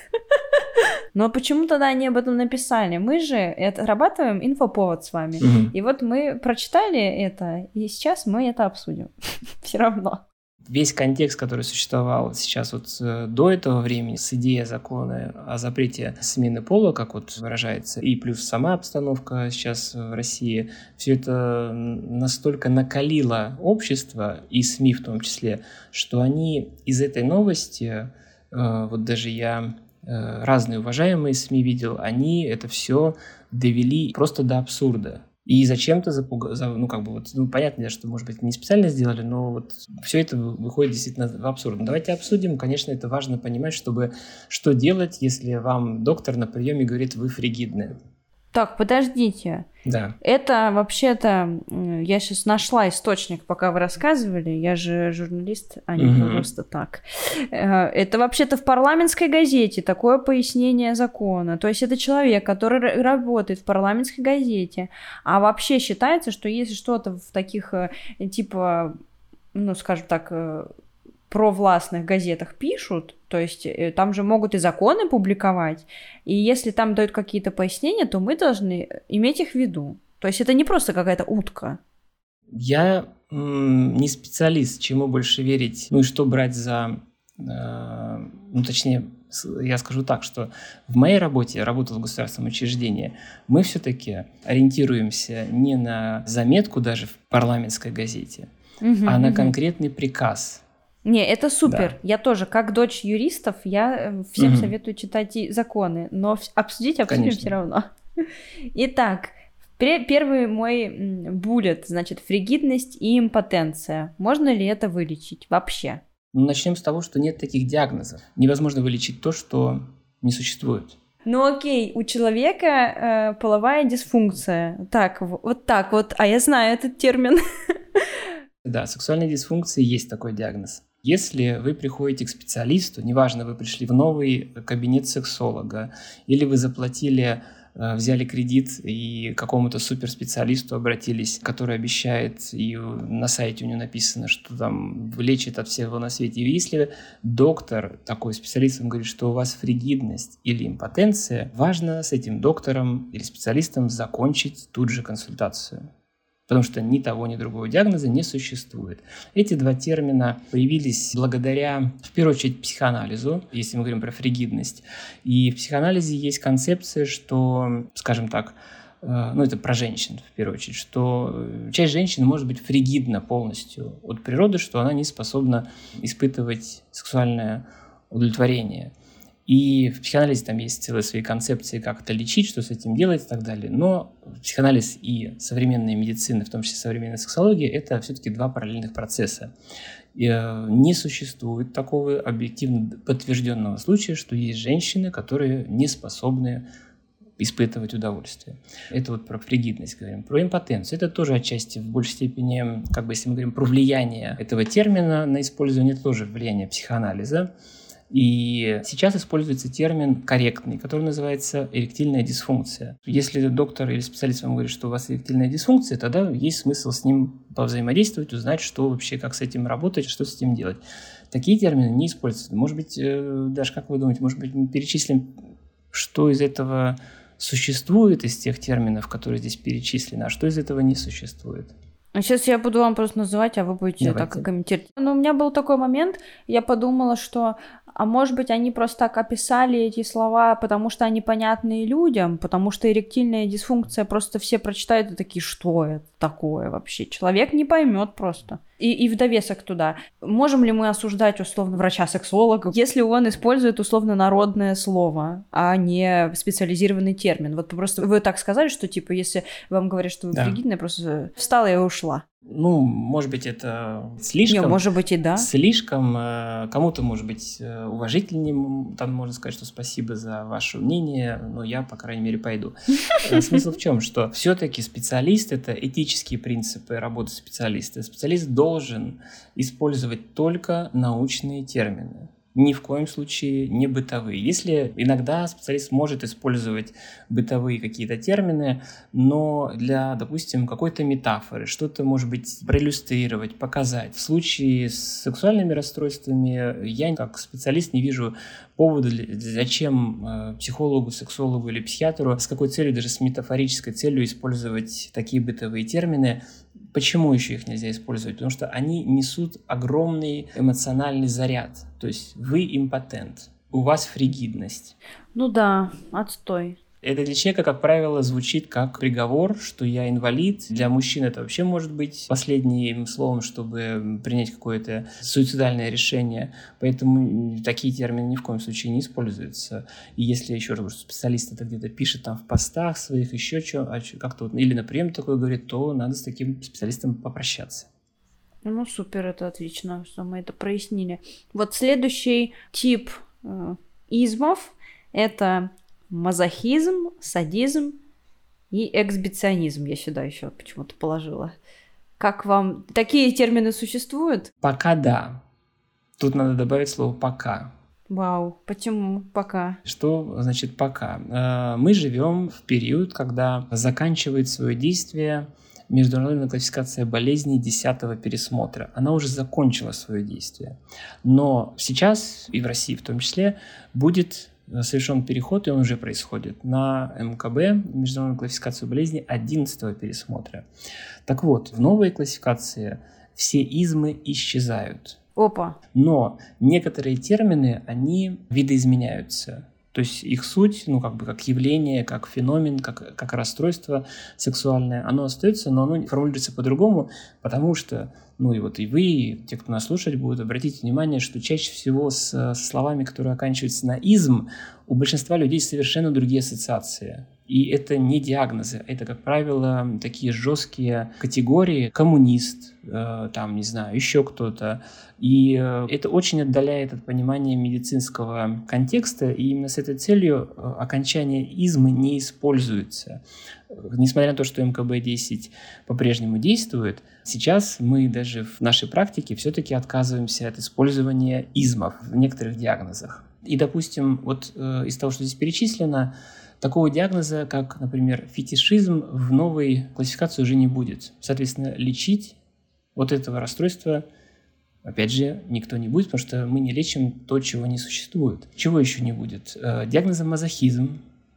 Но почему тогда они об этом написали? Мы же отрабатываем инфоповод с вами. Угу. И вот мы прочитали это, и сейчас мы это обсудим. Все равно. Весь контекст, который существовал сейчас вот до этого времени, с идеей закона о запрете смены пола, как вот выражается, и плюс сама обстановка сейчас в России, все это настолько накалило общество, и СМИ в том числе, что они из этой новости, вот даже я разные уважаемые СМИ видел, они это все довели просто до абсурда. И зачем-то запугали, ну, как бы, вот, ну, понятно, что, может быть, не специально сделали, но вот все это выходит действительно в абсурд. Давайте обсудим. Конечно, это важно понимать, чтобы что делать, если вам доктор на приеме говорит, вы фригидны. Так, подождите. Да. Это вообще-то, я сейчас нашла источник, пока вы рассказывали, я же журналист, а не угу. просто так. Это вообще-то в парламентской газете такое пояснение закона. То есть это человек, который работает в парламентской газете, а вообще считается, что если что-то в таких, типа, ну, скажем так, провластных газетах пишут, то есть там же могут и законы публиковать, и если там дают какие-то пояснения, то мы должны иметь их в виду. То есть это не просто какая-то утка. Я м- не специалист, чему больше верить, ну и что брать за... Э- ну, точнее, я скажу так, что в моей работе, я работал в государственном учреждении, мы все-таки ориентируемся не на заметку даже в парламентской газете, угу, а на угу. конкретный приказ. Не, это супер. Да. Я тоже, как дочь юристов, я всем угу. советую читать и законы, но обсудить обсудим Конечно. Все равно. Итак, первый мой буллет, значит, фригидность и импотенция. Можно ли это вылечить вообще? Ну, начнем с того, что нет таких диагнозов. Невозможно вылечить то, что не существует. Ну окей, у человека э, половая дисфункция. Так, вот так вот, а я знаю этот термин. Да, сексуальная дисфункция есть такой диагноз. Если вы приходите к специалисту, неважно, вы пришли в новый кабинет сексолога, или вы заплатили, взяли кредит и к какому-то суперспециалисту обратились, который обещает, и на сайте у него написано, что там лечит от всего на свете. И если доктор, такой специалист, он говорит, что у вас фригидность или импотенция, важно с этим доктором или специалистом закончить тут же консультацию. Потому что ни того, ни другого диагноза не существует. Эти два термина появились благодаря, в первую очередь, психоанализу, если мы говорим про фригидность. И в психоанализе есть концепция, что, скажем так, ну это про женщин в первую очередь, что часть женщин может быть фригидна полностью от природы, что она не способна испытывать сексуальное удовлетворение. И в психоанализе там есть целые свои концепции, как это лечить, что с этим делать и так далее. Но психоанализ и современная медицина, в том числе современная сексология, это все-таки два параллельных процесса. И не существует такого объективно подтвержденного случая, что есть женщины, которые не способны испытывать удовольствие. Это вот про фригидность говорим. Про импотенцию. Это тоже отчасти в большей степени, как бы если мы говорим про влияние этого термина на использование, это тоже влияние психоанализа. И сейчас используется термин корректный, который называется эректильная дисфункция. Если доктор или специалист вам говорит, что у вас эректильная дисфункция, тогда есть смысл с ним повзаимодействовать, узнать, что вообще, как с этим работать, что с этим делать. Такие термины не используются. Может быть, даже как вы думаете, может быть, мы перечислим, что из этого существует из тех терминов, которые здесь перечислены, а что из этого не существует? Сейчас я буду вам просто называть, а вы будете Давайте. Так комментировать. Но у меня был такой момент, я подумала, что А может быть, они просто так описали эти слова, потому что они понятны людям, потому что эректильная дисфункция просто все прочитают и такие, что это такое вообще? Человек не поймет просто. И, и в довесок туда. Можем ли мы осуждать условно врача-сексолога, если он использует условно народное слово, а не специализированный термин? Вот просто вы так сказали, что типа, если вам говорят, что вы Да. фригидная, просто встала и ушла. Ну, может быть, это слишком. Не, может быть и да. Слишком. Кому-то, может быть, уважительнее. Там можно сказать, что спасибо за ваше мнение, но я, по крайней мере, пойду. Смысл в чем? Что все-таки специалист – это этические принципы работы специалиста. Специалист должен использовать только научные термины. Ни в коем случае не бытовые. Если иногда специалист может использовать бытовые какие-то термины, но для, допустим, какой-то метафоры, что-то, может быть, проиллюстрировать, показать. В случае с сексуальными расстройствами я как специалист не вижу повода, зачем психологу, сексологу или психиатру, с какой целью, даже с метафорической целью использовать такие бытовые термины. Почему еще их нельзя использовать? Потому что они несут огромный эмоциональный заряд. То есть вы импотент, у вас фригидность. Ну да, отстой. Это для человека, как правило, звучит как приговор, что я инвалид. Для мужчин это вообще может быть последним словом, чтобы принять какое-то суицидальное решение. Поэтому такие термины ни в коем случае не используются. И если, еще раз говорю, специалист это где-то пишет там в постах своих, еще что, как-то вот, или на прием такое говорит, то надо с таким специалистом попрощаться. Ну, супер, это отлично, что мы это прояснили. Вот следующий тип э, измов – это мазохизм, садизм и эксбиционизм. Я сюда еще почему-то положила. Как вам... Такие термины существуют? Пока да. Тут надо добавить слово «пока». Вау, почему пока? Что значит «пока»? Мы живем в период, когда заканчивает свое действие международная классификация болезней десятого пересмотра. Она уже закончила свое действие. Но сейчас, и в России в том числе, будет совершен переход, и он уже происходит, на эм ка бэ, международную классификацию болезней одиннадцатого пересмотра. Так вот, в новой классификации все измы исчезают. Опа. Но некоторые термины, они видоизменяются. То есть их суть, ну, как бы как явление, как феномен, как, как расстройство сексуальное, оно остается, но оно формулируется по-другому, потому что, ну, и вот и вы, и те, кто нас слушать будут, обратите внимание, что чаще всего с, со словами, которые оканчиваются на «изм», у большинства людей совершенно другие ассоциации. И это не диагнозы, это, как правило, такие жесткие категории: коммунист, э, там, не знаю, еще кто-то. И э, это очень отдаляет от понимания медицинского контекста, и именно с этой целью э, окончание измы не используется. Несмотря на то, что эм ка бэ десять по-прежнему действует, сейчас мы даже в нашей практике все-таки отказываемся от использования измов в некоторых диагнозах. И, допустим, вот э, из того, что здесь перечислено, такого диагноза, как, например, фетишизм, в новой классификации уже не будет. Соответственно, лечить вот этого расстройства, опять же, никто не будет, потому что мы не лечим то, чего не существует. Чего еще не будет? Диагноза мазохизм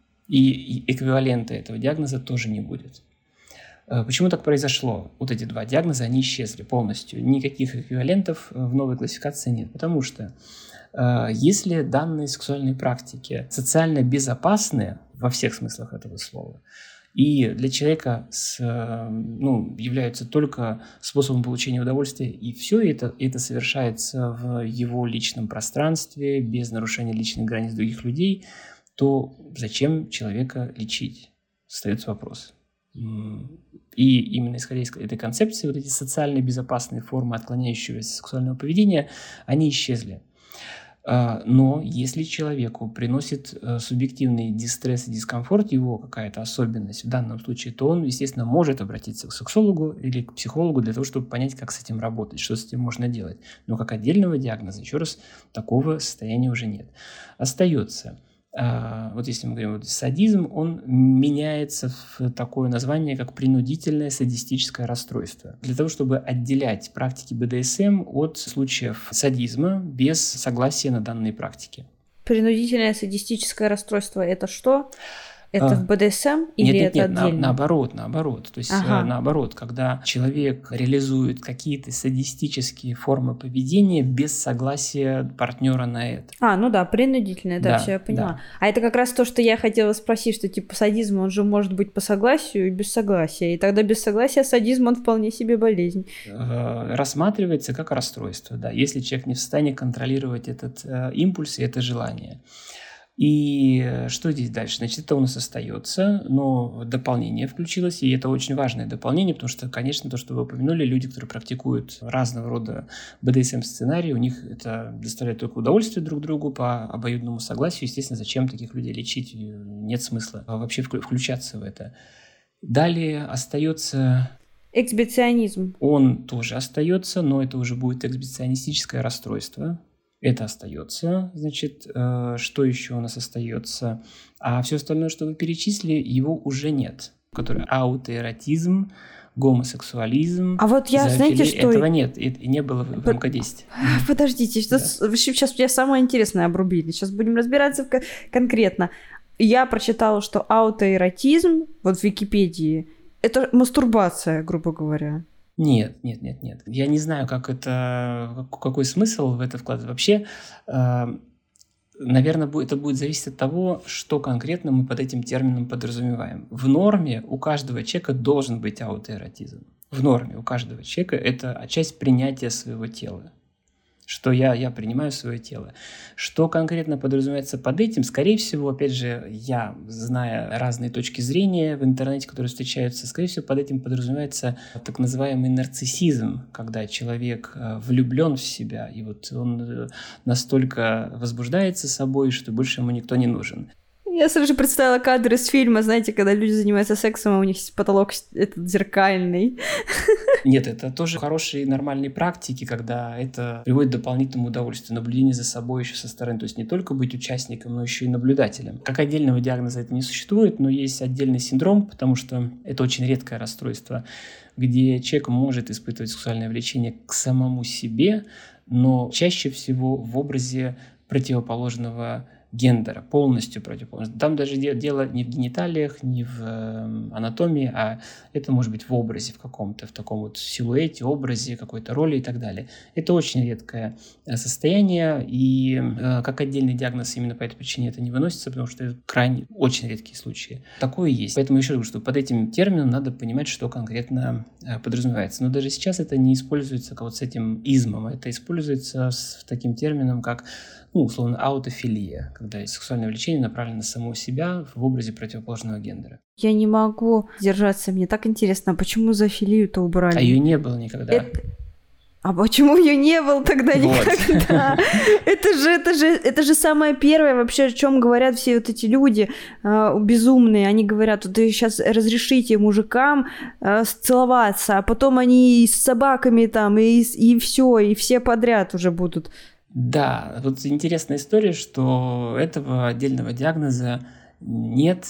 и эквивалента этого диагноза тоже не будет. Почему так произошло? Вот эти два диагноза, они исчезли полностью. Никаких эквивалентов в новой классификации нет, потому что если данные сексуальной практики социально безопасны во всех смыслах этого слова, и для человека с, ну, являются только способом получения удовольствия, и все это, это совершается в его личном пространстве, без нарушения личных границ других людей, то зачем человека лечить? Остается вопрос. И именно исходя из этой концепции, вот эти социально безопасные формы отклоняющегося сексуального поведения, они исчезли. Но если человеку приносит субъективный дистресс и дискомфорт, его какая-то особенность в данном случае, то он, естественно, может обратиться к сексологу или к психологу для того, чтобы понять, как с этим работать, что с этим можно делать. Но как отдельного диагноза, еще раз, такого состояния уже нет. Остается. Вот если мы говорим, вот садизм, он меняется в такое название, как принудительное садистическое расстройство. Для того, чтобы отделять практики бэ дэ эс эм от случаев садизма без согласия на данные практики. Принудительное садистическое расстройство – это что? Это а, в бэ дэ эс эм или нет, нет, это нет, отдельно? На, наоборот, наоборот. То есть ага. э, наоборот, когда человек реализует какие-то садистические формы поведения без согласия партнера на это. А, ну да, принудительное, да, да все я поняла. Да. А это как раз то, что я хотела спросить, что типа садизм, он же может быть по согласию и без согласия. И тогда без согласия садизм, он вполне себе болезнь. Э, рассматривается как расстройство, да, если человек не в состоянии контролировать этот э, импульс и это желание. И что здесь дальше? Значит, это у нас остается, но дополнение включилось, и это очень важное дополнение, потому что, конечно, то, что вы упомянули, люди, которые практикуют разного рода бэ дэ эс эм-сценарии, у них это доставляет только удовольствие друг другу по обоюдному согласию. Естественно, зачем таких людей лечить? Нет смысла вообще включаться в это. Далее остается... Эксбиционизм. Он тоже остается, но это уже будет эксбиционистическое расстройство. Это остается, значит, э, что еще у нас остается? А все остальное, что вы перечислили, его уже нет. Который аутоэротизм, гомосексуализм, а вот я, зоофилия, знаете, что... этого нет, и не было в эм ка десять. Подождите, что... да. Сейчас меня самое интересное обрубили. Сейчас будем разбираться в... конкретно. Я прочитала, что аутоэротизм, вот в Википедии, это мастурбация, грубо говоря. Нет, нет, нет, нет. Я не знаю, как это, какой смысл в это вкладывать. Вообще, э, наверное, это будет зависеть от того, что конкретно мы под этим термином подразумеваем. В норме у каждого человека должен быть аутоэротизм. В норме у каждого человека это часть принятия своего тела. Что я, я принимаю свое тело. Что конкретно подразумевается под этим? Скорее всего, опять же, я, зная разные точки зрения в интернете, которые встречаются, скорее всего, под этим подразумевается так называемый нарциссизм, когда человек влюблен в себя, и вот он настолько возбуждается собой, что больше ему никто не нужен. Я сразу же представила кадры из фильма, знаете, когда люди занимаются сексом, а у них потолок этот зеркальный. Нет, это тоже хорошие нормальные практики, когда это приводит к дополнительному удовольствию, наблюдение за собой еще со стороны. То есть не только быть участником, но еще и наблюдателем. Как отдельного диагноза это не существует, но есть отдельный синдром, потому что это очень редкое расстройство, где человек может испытывать сексуальное влечение к самому себе, но чаще всего в образе противоположного гендера, полностью противоположно. Там даже дело не в гениталиях, не в э, анатомии, а это может быть в образе, в каком-то, в таком вот силуэте, образе, какой-то роли и так далее. Это очень редкое состояние, и э, как отдельный диагноз именно по этой причине это не выносится, потому что это крайне очень редкие случаи. Такое есть. Поэтому еще раз говорю, что под этим термином надо понимать, что конкретно э, подразумевается. Но даже сейчас это не используется как вот с этим измом, это используется с таким термином, как, ну, условно, аутофилия, когда сексуальное влечение направлено на самого себя в образе противоположного гендера. Я не могу держаться, мне так интересно, а почему зоофилию-то убрали? А ее не было никогда. Это... А почему ее не было тогда вот. никогда? Это же, это же, это же самое первое вообще, о чем говорят все вот эти люди э, безумные. Они говорят, да сейчас разрешите мужикам э, целоваться, а потом они и с собаками там, и, и все, и все подряд уже будут. Да, вот интересная история, что этого отдельного диагноза нет,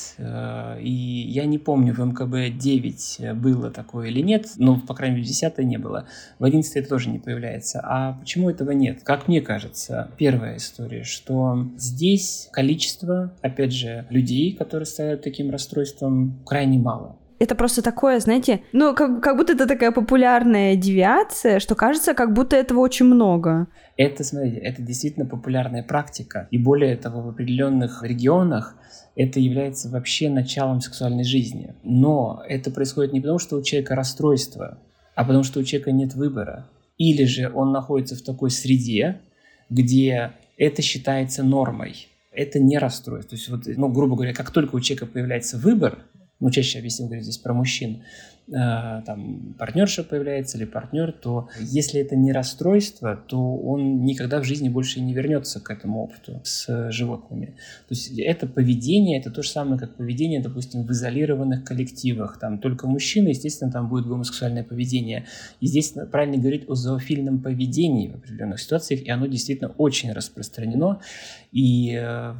и я не помню, в эм ка бэ девять было такое или нет, но, по крайней мере, в десятой не было, в одиннадцатой это тоже не появляется. А почему этого нет? Как мне кажется, первая история, что здесь количество, опять же, людей, которые страдают таким расстройством, крайне мало. Это просто такое, знаете, ну, как, как будто это такая популярная девиация, что кажется, как будто этого очень много. Это, смотрите, это действительно популярная практика. И более того, в определенных регионах это является вообще началом сексуальной жизни. Но это происходит не потому, что у человека расстройство, а потому, что у человека нет выбора. Или же он находится в такой среде, где это считается нормой. Это не расстройство. То есть, вот, ну, грубо говоря, как только у человека появляется выбор, ну, чаще объясню, говорю здесь про мужчин, э, там партнерша появляется или партнер, то если это не расстройство, то он никогда в жизни больше не вернется к этому опыту с животными. То есть это поведение, это то же самое, как поведение, допустим, в изолированных коллективах. Там только мужчины, естественно, там будет гомосексуальное поведение. И здесь правильно говорить о зоофильном поведении в определенных ситуациях, и оно действительно очень распространено. И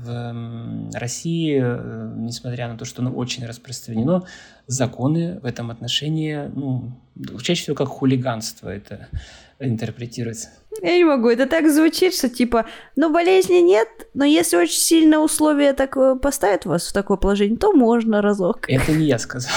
в России, несмотря на то, что оно очень распространено, законы в этом отношении, ну, чаще всего как хулиганство это интерпретируется. Я не могу, это так звучит, что типа, ну болезни нет, но если очень сильно условия так поставят вас в такое положение, то можно разок. Это не я сказал.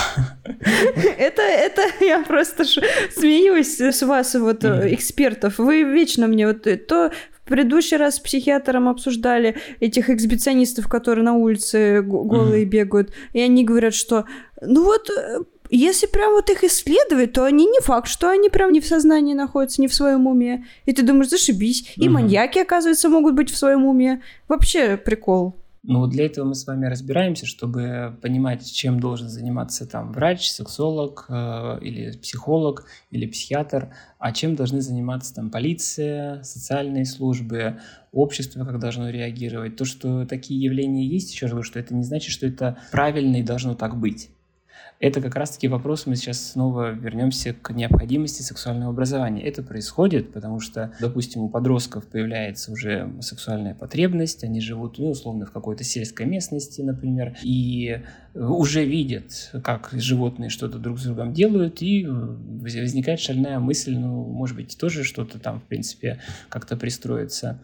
Это, это я просто смеюсь с вас, вот, экспертов. Вы вечно мне вот то... В предыдущий раз с психиатром обсуждали этих эксбиционистов, которые на улице голые mm-hmm. бегают, и они говорят, что ну вот, если прям вот их исследовать, то они не факт, что они прям не в сознании находятся, не в своем уме. И ты думаешь, зашибись. И mm-hmm. маньяки, оказывается, могут быть в своем уме. Вообще прикол. Ну, для этого мы с вами разбираемся, чтобы понимать, чем должен заниматься там врач, сексолог э, или психолог, или психиатр, а чем должны заниматься там полиция, социальные службы, общество, как должно реагировать. То, что такие явления есть, еще раз говорю, что это не значит, что это правильно и должно так быть. Это как раз-таки вопрос, мы сейчас снова вернемся к необходимости сексуального образования. Это происходит, потому что, допустим, у подростков появляется уже сексуальная потребность, они живут, ну, условно, в какой-то сельской местности, например, и уже видят, как животные что-то друг с другом делают, и возникает шальная мысль, ну, может быть, тоже что-то там, в принципе, как-то пристроиться.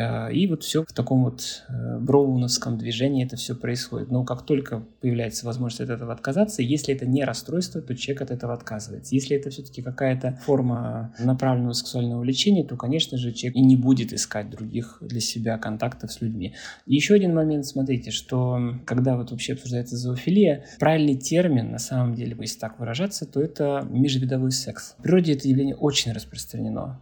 И вот все в таком вот броуновском движении это все происходит. Но как только появляется возможность от этого отказаться, если это не расстройство, то человек от этого отказывается. Если это все-таки какая-то форма направленного сексуального влечения, то, конечно же, человек и не будет искать других для себя контактов с людьми. И еще один момент, смотрите, что когда вот вообще обсуждается зоофилия, правильный термин, на самом деле, если так выражаться, то это межвидовой секс. В природе это явление очень распространено.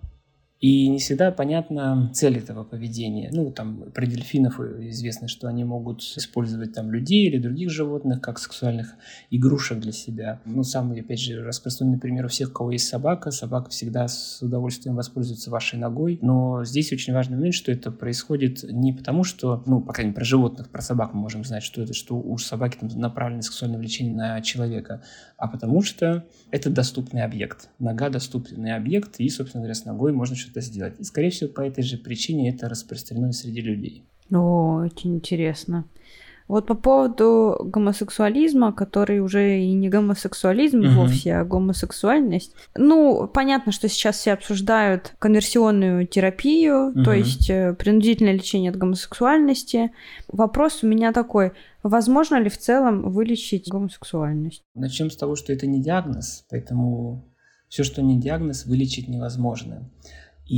И не всегда понятна цель этого поведения. Ну, там, про дельфинов известно, что они могут использовать там людей или других животных как сексуальных игрушек для себя. Ну, самый, опять же, распространенный пример у всех, у кого есть собака. Собака всегда с удовольствием воспользуется вашей ногой. Но здесь очень важный момент, что это происходит не потому, что, ну, по крайней мере, про животных, про собак мы можем знать, что это, что у собаки там направлено сексуальное влечение на человека, а потому что это доступный объект. Нога доступный объект, и, собственно говоря, с ногой можно что-то это сделать. И, скорее всего, по этой же причине это распространено среди людей. О, очень интересно. Вот по поводу гомосексуализма, который уже и не гомосексуализм uh-huh. вовсе, а гомосексуальность. Ну, понятно, что сейчас все обсуждают конверсионную терапию, uh-huh. то есть принудительное лечение от гомосексуальности. Вопрос у меня такой: возможно ли в целом вылечить гомосексуальность? Начнем с того, что это не диагноз, поэтому все, что не диагноз, вылечить невозможно. И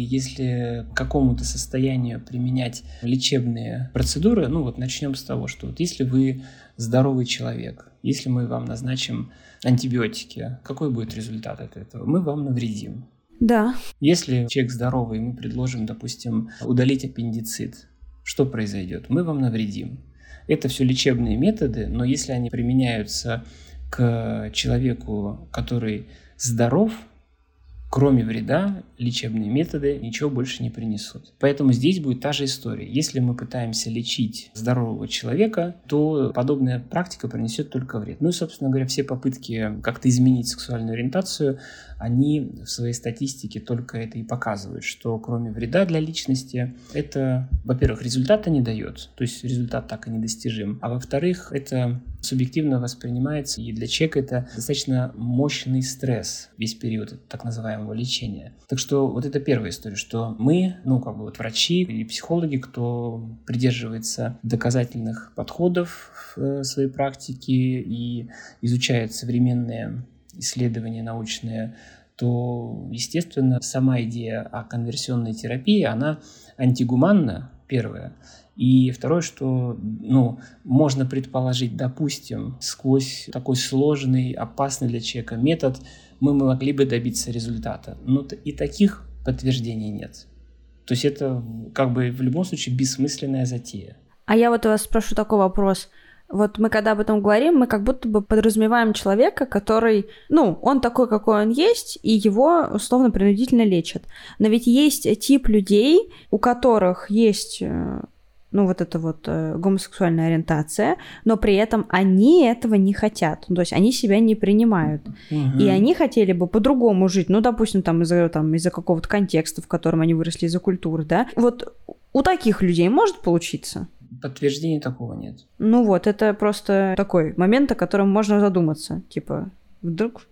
если к какому-то состоянию применять лечебные процедуры, ну вот начнем с того, что вот если вы здоровый человек, если мы вам назначим антибиотики, какой будет результат от этого? Мы вам навредим. Да. Если человек здоровый, мы предложим, допустим, удалить аппендицит, что произойдет? Мы вам навредим. Это все лечебные методы, но если они применяются к человеку, который здоров, кроме вреда, лечебные методы ничего больше не принесут. Поэтому здесь будет та же история. Если мы пытаемся лечить здорового человека, то подобная практика принесет только вред. Ну и, собственно говоря, все попытки как-то изменить сексуальную ориентацию, они в своей статистике только это и показывают, что кроме вреда для личности, это, во-первых, результата не дает, то есть результат так и недостижим, а во-вторых, это субъективно воспринимается, и для человека это достаточно мощный стресс весь период так называемого лечения. Так что вот это первая история, что мы, ну как бы вот врачи и психологи, кто придерживается доказательных подходов в своей практике и изучает современные исследования научные, то, естественно, сама идея о конверсионной терапии, она антигуманна, первое. И второе, что ну, можно предположить, допустим, сквозь такой сложный, опасный для человека метод мы могли бы добиться результата. Но и таких подтверждений нет. То есть это как бы в любом случае бессмысленная затея. А я вот у вас спрошу такой вопрос. Вот мы когда об этом говорим, мы как будто бы подразумеваем человека, который, ну, он такой, какой он есть, и его условно принудительно лечат. Но ведь есть тип людей, у которых есть, ну, вот эта вот гомосексуальная ориентация, но при этом они этого не хотят. Ну, то есть они себя не принимают. Угу. И они хотели бы по-другому жить. Ну, допустим, там из-за, там, из-за какого-то контекста, в котором они выросли, из-за культуры, да. Вот у таких людей может получиться? Подтверждения такого нет. Ну вот, это просто такой момент, о котором можно задуматься. Типа, вдруг...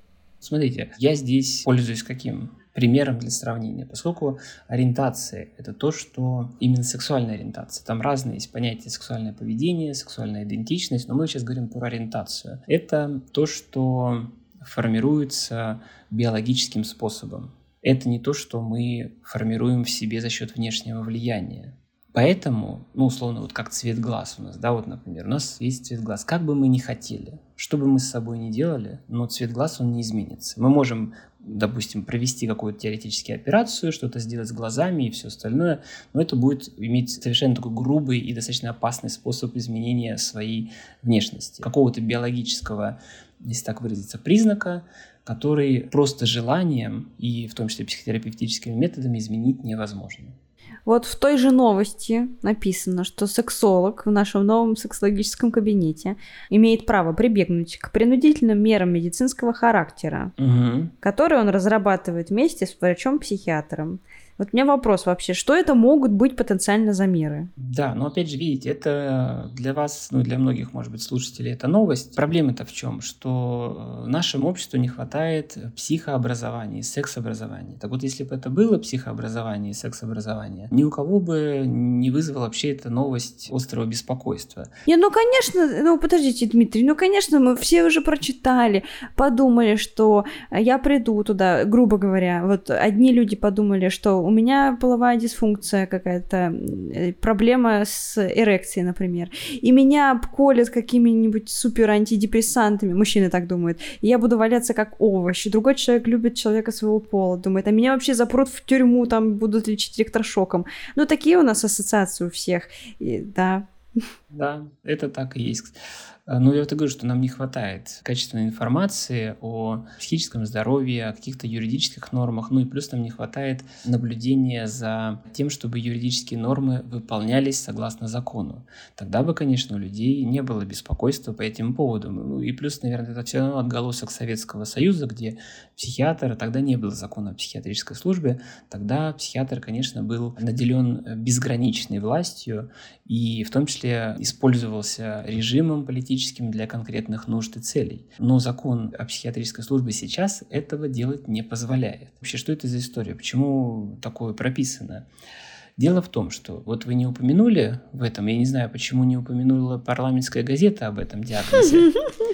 Смотрите, я здесь пользуюсь каким примером для сравнения, поскольку ориентация – это то, что именно сексуальная ориентация. Там разные есть понятия: сексуальное поведение, сексуальная идентичность, но мы сейчас говорим про ориентацию. Это то, что формируется биологическим способом. Это не то, что мы формируем в себе за счет внешнего влияния. Поэтому, ну, условно, вот как цвет глаз у нас, да, вот, например, у нас есть цвет глаз. Как бы мы ни хотели, что бы мы с собой ни делали, но цвет глаз, он не изменится. Мы можем, допустим, провести какую-то теоретическую операцию, что-то сделать с глазами и все остальное, но это будет иметь совершенно такой грубый и достаточно опасный способ изменения своей внешности. Какого-то биологического, если так выразиться, признака, который просто желанием и в том числе психотерапевтическими методами изменить невозможно. Вот в той же новости написано, что сексолог в нашем новом сексологическом кабинете имеет право прибегнуть к принудительным мерам медицинского характера, угу. которые он разрабатывает вместе с врачом-психиатром. Вот у меня вопрос вообще, что это могут быть потенциально за меры? Да, но опять же, видите, это для вас, ну для многих, может быть, слушателей, это новость. Проблема-то в чем? Что нашему обществу не хватает психообразования, сексообразования. Так вот, если бы это было психообразование и сексообразование, ни у кого бы не вызвала вообще эта новость острого беспокойства. Не, ну, конечно, ну, подождите, Дмитрий, ну, конечно, мы все уже прочитали, подумали, что я приду туда, грубо говоря, вот одни люди подумали, что у меня половая дисфункция какая-то, проблема с эрекцией, например, и меня обколят какими-нибудь супер антидепрессантами, мужчины так думают, и я буду валяться как овощ. Другой человек любит человека своего пола, думает, а меня вообще запрут в тюрьму, там будут лечить электрошоком. Ну, такие у нас ассоциации у всех, и, да. Да, это так и есть. Но я вот и говорю, что нам не хватает качественной информации о психическом здоровье, о каких-то юридических нормах, ну и плюс нам не хватает наблюдения за тем, чтобы юридические нормы выполнялись согласно закону. Тогда бы, конечно, у людей не было беспокойства по этим поводам. Ну и плюс, наверное, это все равно отголосок Советского Союза, где психиатр, тогда не было закона о психиатрической службе, тогда психиатр, конечно, был наделен безграничной властью и в том числе использовался режимом политическим для конкретных нужд и целей. Но закон о психиатрической службе сейчас этого делать не позволяет. Вообще, что это за история? Почему такое прописано? Дело в том, что вот вы не упомянули в этом, я не знаю, почему не упомянула парламентская газета об этом диагнозе,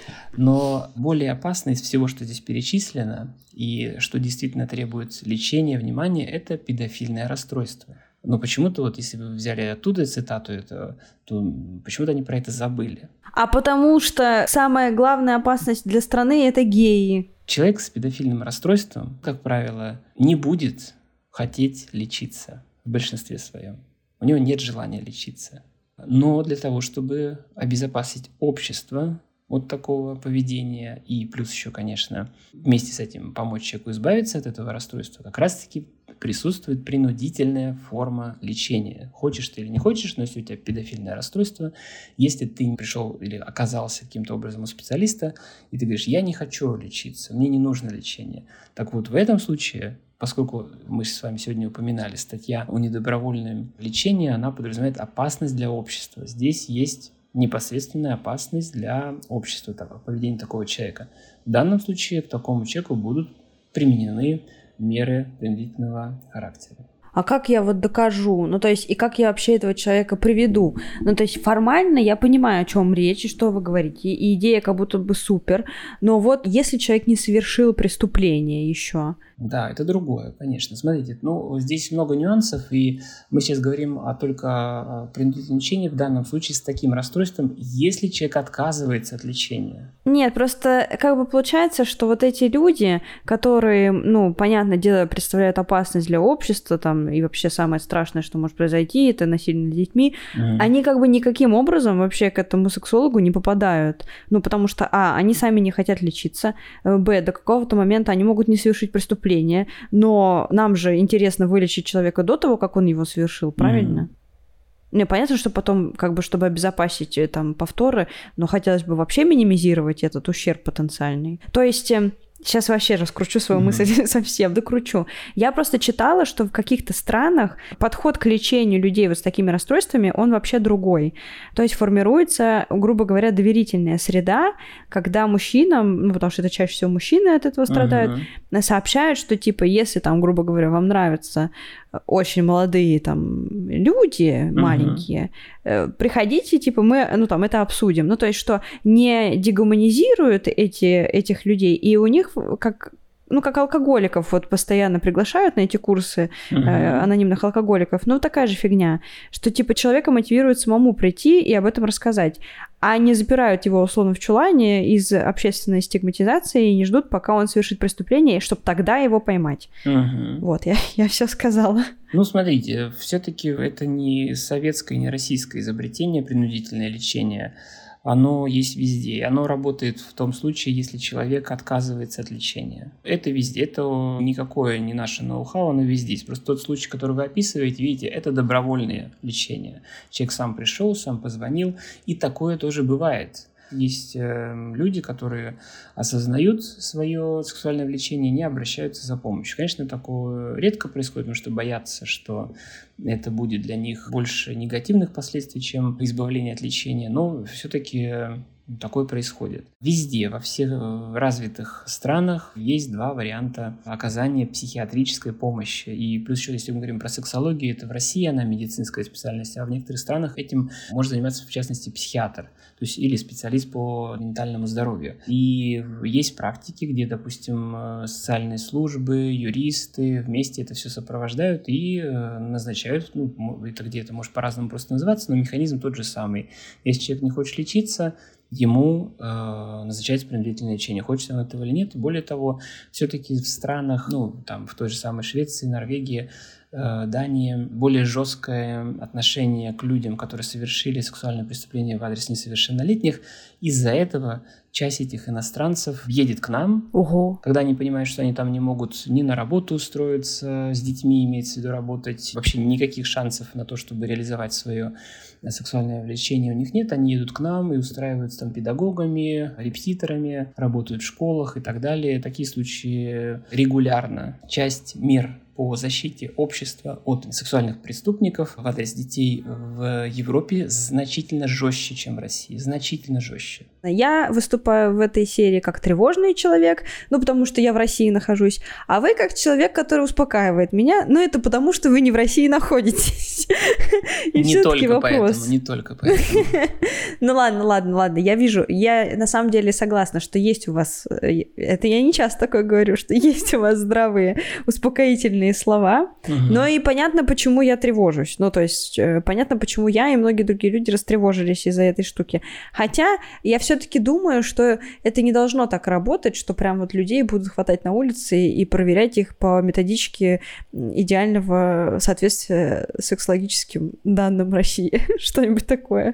но более опасно из всего, что здесь перечислено, и что действительно требует лечения, внимания, это педофильное расстройство. Но почему-то вот, если вы взяли оттуда цитату этого, то почему-то они про это забыли. А потому что самая главная опасность для страны – это геи. Человек с педофильным расстройством, как правило, не будет хотеть лечиться в большинстве своем. У него нет желания лечиться. Но для того, чтобы обезопасить общество от такого поведения и плюс еще, конечно, вместе с этим помочь человеку избавиться от этого расстройства, как раз-таки присутствует принудительная форма лечения. Хочешь ты или не хочешь, но если у тебя педофильное расстройство, если ты не пришел или оказался каким-то образом у специалиста, и ты говоришь, я не хочу лечиться, мне не нужно лечение. Так вот, в этом случае, поскольку мы с вами сегодня упоминали статья о недобровольном лечении, она подразумевает опасность для общества. Здесь есть непосредственная опасность для общества, такого, поведения такого человека. В данном случае к такому человеку будут применены меры принудительного характера. А как я вот докажу? Ну, то есть, и как я вообще этого человека приведу? Ну, то есть, формально я понимаю, о чем речь и что вы говорите. И идея как будто бы супер. Но вот если человек не совершил преступление еще... Да, это другое, конечно. Смотрите, ну, здесь много нюансов, и мы сейчас говорим о только о принудительном лечении в данном случае с таким расстройством, если человек отказывается от лечения. Нет, просто как бы получается, что вот эти люди, которые, ну, понятное дело, представляют опасность для общества, там, и вообще самое страшное, что может произойти, это насилие над детьми, mm-hmm. они как бы никаким образом вообще к этому сексологу не попадают. Ну, потому что, а, они сами не хотят лечиться, б, до какого-то момента они могут не совершить преступление, но нам же интересно вылечить человека до того, как он его совершил, правильно? Mm-hmm. Мне понятно, что потом, как бы, чтобы обезопасить там повторы, но хотелось бы вообще минимизировать этот ущерб потенциальный. То есть Сейчас вообще раскручу свою mm-hmm. мысль совсем, докручу. Я просто читала, что в каких-то странах подход к лечению людей вот с такими расстройствами, он вообще другой. То есть формируется, грубо говоря, доверительная среда, когда мужчинам, ну, потому что это чаще всего мужчины от этого страдают, mm-hmm. сообщают, что, типа, если там, грубо говоря, вам нравятся очень молодые там люди, mm-hmm. маленькие, приходите, типа, мы, ну, там, это обсудим. Ну, то есть, что не дегуманизируют эти, этих людей, и у них как... ну, как алкоголиков вот постоянно приглашают на эти курсы uh-huh. э, анонимных алкоголиков. Ну, такая же фигня, что, типа, человека мотивирует самому прийти и об этом рассказать, а не запирают его, условно, в чулане из общественной стигматизации и не ждут, пока он совершит преступление, чтобы тогда его поймать. Uh-huh. Вот, я, я все сказала. Ну, смотрите, все-таки это не советское, не российское изобретение, принудительное лечение. Оно есть везде. Оно работает в том случае, если человек отказывается от лечения. Это везде. Это никакое не наше ноу-хау, оно везде. Просто тот случай, который вы описываете, видите, это добровольное лечение. Человек сам пришел, сам позвонил, и такое тоже бывает. Есть э, люди, которые осознают свое сексуальное влечение и не обращаются за помощью. Конечно, такое редко происходит, потому что боятся, что это будет для них больше негативных последствий, чем избавление от лечения, но все-таки такое происходит. Везде, во всех развитых странах есть два варианта оказания психиатрической помощи. И плюс еще, если мы говорим про сексологию, это в России она медицинская специальность, а в некоторых странах этим может заниматься, в частности, психиатр, то есть или специалист по ментальному здоровью. И есть практики, где, допустим, социальные службы, юристы вместе это все сопровождают и назначают, ну, это где-то может по-разному просто называться, но механизм тот же самый. Если человек не хочет лечиться, ему э, назначается принудительное лечение, хочет он этого или нет. Более того, все-таки в странах, ну, там, в той же самой Швеции, Норвегии, э, Дании, более жесткое отношение к людям, которые совершили сексуальное преступление в адрес несовершеннолетних. Из-за этого часть этих иностранцев едет к нам, Ого. когда они понимают, что они там не могут ни на работу устроиться, с детьми, имеется в виду, работать, вообще никаких шансов на то, чтобы реализовать свое сексуальное влечение у них нет, они едут к нам и устраиваются там педагогами, репетиторами, работают в школах и так далее. Такие случаи регулярно. Часть мер по защите общества от сексуальных преступников в адрес детей в Европе значительно жестче, чем в России. Значительно жестче. Я выступаю в этой серии как тревожный человек, ну, потому что я в России нахожусь, а вы как человек, который успокаивает меня, ну, это потому что вы не в России находитесь. Не только поэтому, не только поэтому. Ну, ладно, ладно, ладно, я вижу, я на самом деле согласна, что есть у вас, это я не часто такое говорю, что есть у вас здравые, успокоительные слова, но и понятно, почему я тревожусь, ну, то есть понятно, почему я и многие другие люди растревожились из-за этой штуки. Хотя я все все-таки думаю, что это не должно так работать, что прям вот людей будут хватать на улице и проверять их по методичке идеального соответствия сексологическим данным России. Что-нибудь такое.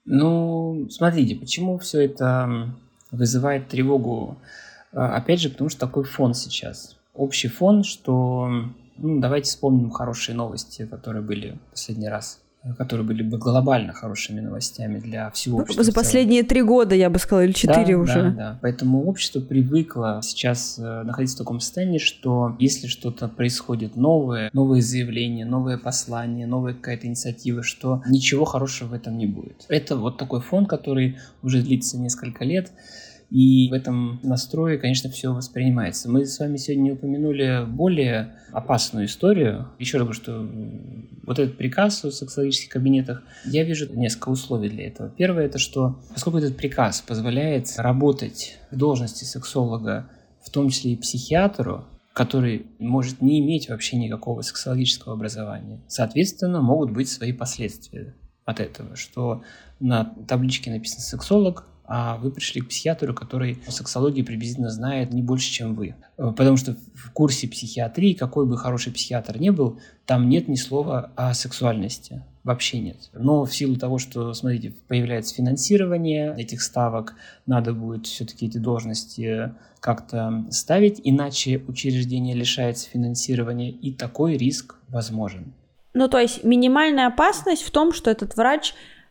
Ну, смотрите, почему все это вызывает тревогу? Опять же, потому что такой фон сейчас. Общий фон, что... Ну, давайте вспомним хорошие новости, которые были в последний раз. Которые были бы глобально хорошими новостями для всего общества. За последние три года, я бы сказала, или четыре да, уже. Да, да. Поэтому общество привыкло сейчас находиться в таком состоянии, что если что-то происходит новое, новые заявления, новое послание, новая какая-то инициатива, что ничего хорошего в этом не будет. Это вот такой фон, который уже длится несколько лет. И в этом настрое, конечно, все воспринимается. Мы с вами сегодня упомянули более опасную историю. Еще раз говорю, что вот этот приказ о сексологических кабинетах, я вижу несколько условий для этого. Первое, это что, поскольку этот приказ позволяет работать в должности сексолога, в том числе и психиатру, который может не иметь вообще никакого сексологического образования, соответственно, могут быть свои последствия от этого, что на табличке написано «сексолог», а вы пришли к психиатру, который о сексологии приблизительно знает не больше, чем вы. Потому что в курсе психиатрии, какой бы хороший психиатр ни был, там нет ни слова о сексуальности. Вообще нет. Но в силу того, что, смотрите, появляется финансирование этих ставок, надо будет все-таки эти должности как-то ставить, иначе учреждение лишается финансирования, и такой риск возможен. Ну, то есть минимальная опасность в том, что этот врач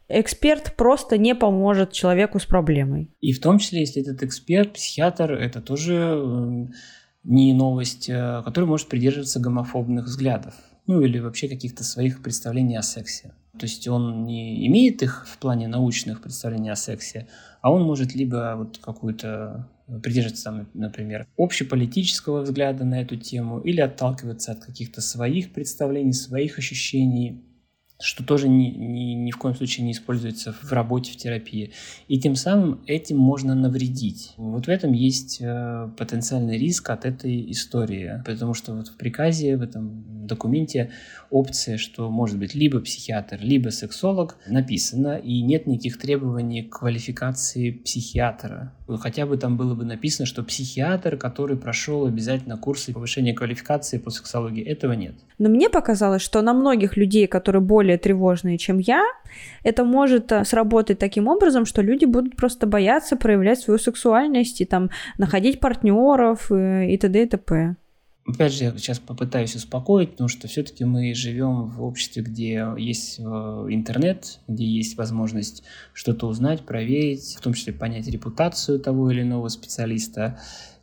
эксперт просто не поможет человеку с проблемой. И в том числе, если этот эксперт, психиатр, это тоже не новость, который может придерживаться гомофобных взглядов, ну или вообще каких-то своих представлений о сексе. То есть он не имеет их в плане научных представлений о сексе, а он может либо вот какую-то придерживаться, например, общеполитического взгляда на эту тему или отталкиваться от каких-то своих представлений, своих ощущений, что тоже ни, ни, ни в коем случае не используется в работе, в терапии. И тем самым этим можно навредить. Вот в этом есть э, потенциальный риск от этой истории. Потому что вот в приказе, в этом документе опция, что может быть либо психиатр, либо сексолог, написано, и нет никаких требований к квалификации психиатра. Хотя бы там было бы написано, что психиатр, который прошел обязательно курсы повышения квалификации по сексологии, этого нет. Но мне показалось, что на многих людей, которые более тревожные, чем я, это может сработать таким образом, что люди будут просто бояться проявлять свою сексуальность и там находить партнеров и т.д. и т.п. Опять же, я сейчас попытаюсь успокоить, потому что все-таки мы живем в обществе, где есть интернет, где есть возможность что-то узнать, проверить, в том числе понять репутацию того или иного специалиста.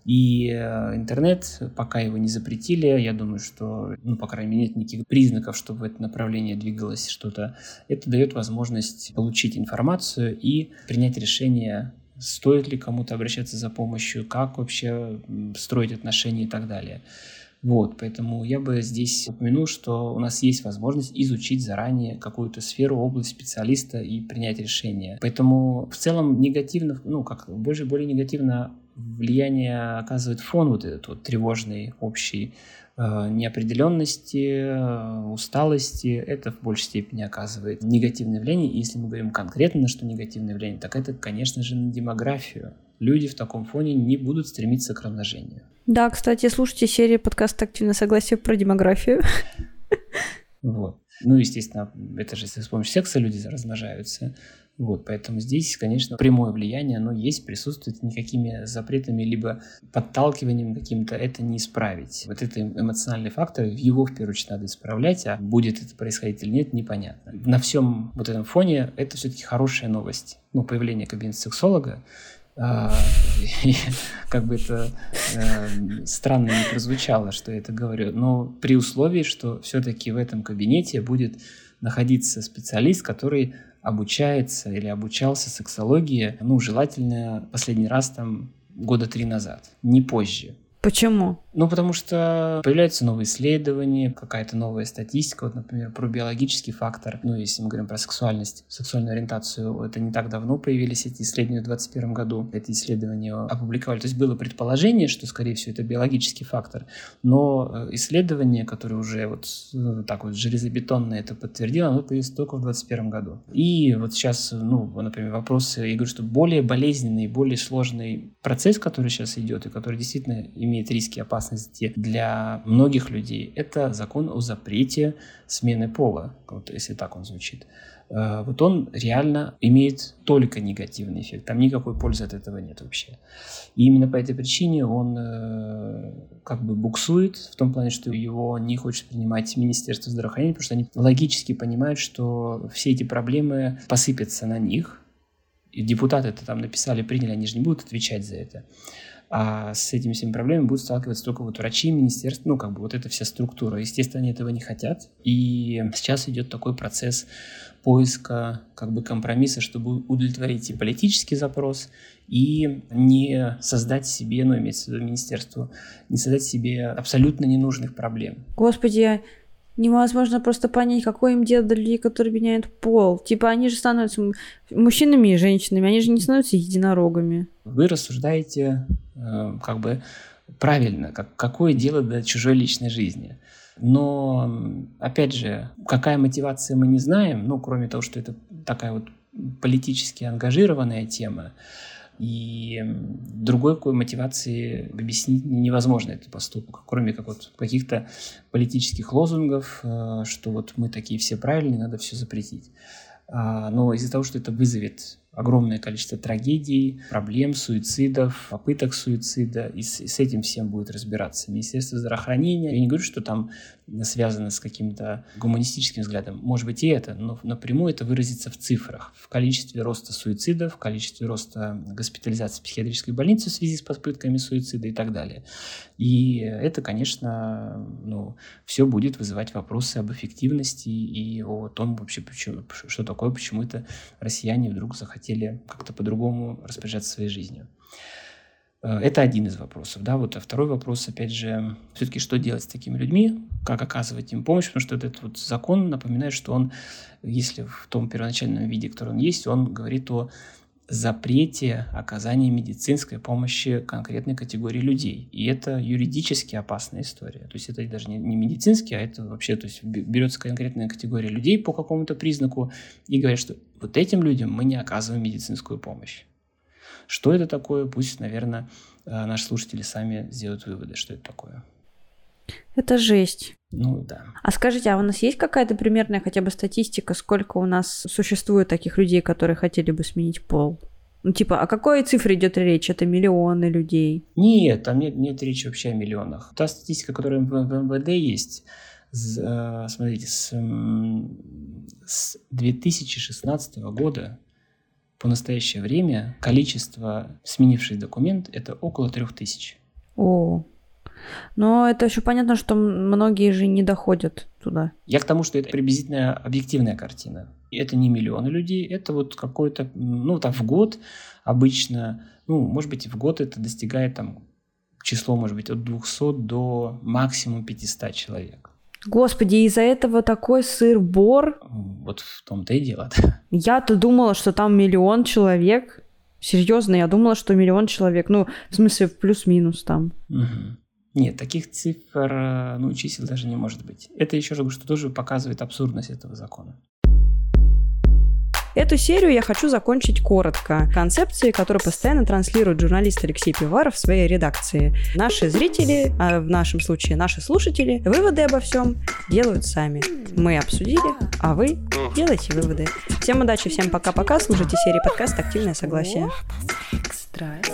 И интернет, пока его не запретили, я думаю, что, ну, по крайней мере, нет никаких признаков, чтобы в это направление двигалось что-то. Это дает возможность получить информацию и принять решение, стоит ли кому-то обращаться за помощью, как вообще строить отношения и так далее. Вот, поэтому я бы здесь упомянул, что у нас есть возможность изучить заранее какую-то сферу, область специалиста и принять решение. Поэтому в целом негативно, ну, как больше, более негативно влияние оказывает фон вот этот вот тревожный, общий, э, неопределенности, э, усталости. Это в большей степени оказывает негативное влияние. И если мы говорим конкретно, на что негативное влияние, так это, конечно же, на демографию. Люди в таком фоне не будут стремиться к размножению. Да, кстати, слушайте серию подкаста «Активное согласие» про демографию. Вот. Ну, естественно, это же с помощью секса люди размножаются. Вот, поэтому здесь, конечно, прямое влияние, оно есть, присутствует, никакими запретами либо подталкиванием каким-то это не исправить. Вот это эмоциональный фактор, его в первую очередь надо исправлять, а будет это происходить или нет, непонятно. На всем вот этом фоне это все-таки хорошая новость. Ну, появление кабинета сексолога, а, и, как бы это э, странно не прозвучало, что я это говорю, но при условии, что все-таки в этом кабинете будет находиться специалист, который обучается или обучался сексологии, ну, желательно последний раз там года три назад, не позже. Почему? Ну, потому что появляются новые исследования, какая-то новая статистика, вот, например, про биологический фактор. Ну, если мы говорим про сексуальность, сексуальную ориентацию, это не так давно появились эти исследования в двадцать первом году. Эти исследования опубликовали. То есть было предположение, что, скорее всего, это биологический фактор, но исследование, которое уже вот так вот железобетонно это подтвердило, оно появилось только в двадцать первом году. И вот сейчас, ну, например, вопросы, я говорю, что более болезненный, более сложный процесс, который сейчас идет, и который действительно имеет риски и опасности для многих людей, это закон о запрете смены пола, вот если так он звучит. Вот он реально имеет только негативный эффект, там никакой пользы от этого нет вообще. И именно по этой причине он как бы буксует, в том плане, что его не хочет принимать Министерство здравоохранения, потому что они логически понимают, что все эти проблемы посыпятся на них. И депутаты это там написали, приняли, они же не будут отвечать за это. А с этими всеми проблемами будут сталкиваться только вот врачи, министерство, ну, как бы вот эта вся структура. Естественно, они этого не хотят. И сейчас идет такой процесс поиска как бы компромисса, чтобы удовлетворить и политический запрос, и не создать себе, ну, имеется в виду министерству, не создать себе абсолютно ненужных проблем. Господи, невозможно просто понять, какое им дело до людей, которые меняют пол. Типа они же становятся мужчинами и женщинами, они же не становятся единорогами. Вы рассуждаете э, как бы правильно, как, какое дело до чужой личной жизни. Но, опять же, какая мотивация, мы не знаем, ну, кроме того, что это такая вот политически ангажированная тема. И другой какой мотивации объяснить невозможно этот поступок, кроме как вот каких-то политических лозунгов, что вот мы такие все правильные, надо все запретить. Но из-за того, что это вызовет огромное количество трагедий, проблем, суицидов, попыток суицида, и с, и с этим всем будет разбираться Министерство здравоохранения. Я не говорю, что там связано с каким-то гуманистическим взглядом. Может быть и это, но напрямую это выразится в цифрах, в количестве роста суицидов, в количестве роста госпитализации в психиатрической больнице в связи с попытками суицида и так далее. И это, конечно, ну, все будет вызывать вопросы об эффективности и о том вообще, почему, что такое, почему это россияне вдруг захотели как-то по-другому распоряжаться своей жизнью. Это один из вопросов. Да? Вот, а второй вопрос, опять же, все-таки что делать с такими людьми, как оказывать им помощь, потому что вот этот вот закон напоминает, что он, если в том первоначальном виде, который он есть, он говорит о запрете оказания медицинской помощи конкретной категории людей. И это юридически опасная история. То есть это даже не, не медицинский, а это вообще, то есть берется конкретная категория людей по какому-то признаку и говорят, что вот этим людям мы не оказываем медицинскую помощь. Что это такое? Пусть, наверное, наши слушатели сами сделают выводы, что это такое. Это жесть. Ну, да. А скажите, а у нас есть какая-то примерная хотя бы статистика, сколько у нас существует таких людей, которые хотели бы сменить пол? Ну, типа, о какой цифре идет речь? Это миллионы людей? Нет, там нет, нет речи вообще о миллионах. Та статистика, которая в эм вэ дэ есть, смотрите, с, с две тысячи шестнадцатого года по настоящее время количество сменивших документ – это около трех тысяч. О, но это еще понятно, что многие же не доходят туда. Я к тому, что это приблизительная объективная картина. Это не миллионы людей, это вот какой-то, ну, там в год обычно, ну, может быть, в год это достигает там число, может быть, от двухсот до максимум пятисот человек. Господи, из-за этого такой сыр-бор. Вот в том-то и дело. Я-то думала, что там миллион человек. Серьезно, я думала, что миллион человек. Ну, в смысле, плюс-минус там. Угу. Нет, таких цифр, ну, чисел даже не может быть. Это, еще раз говорю, что тоже показывает абсурдность этого закона. Эту серию я хочу закончить коротко. Концепции, которую постоянно транслирует журналист Алексей Пивоваров в своей редакции. Наши зрители, а в нашем случае наши слушатели, выводы обо всем делают сами. Мы обсудили, а вы делайте выводы. Всем удачи, всем пока-пока. Слушайте серии подкаста «Активное согласие». Экстра.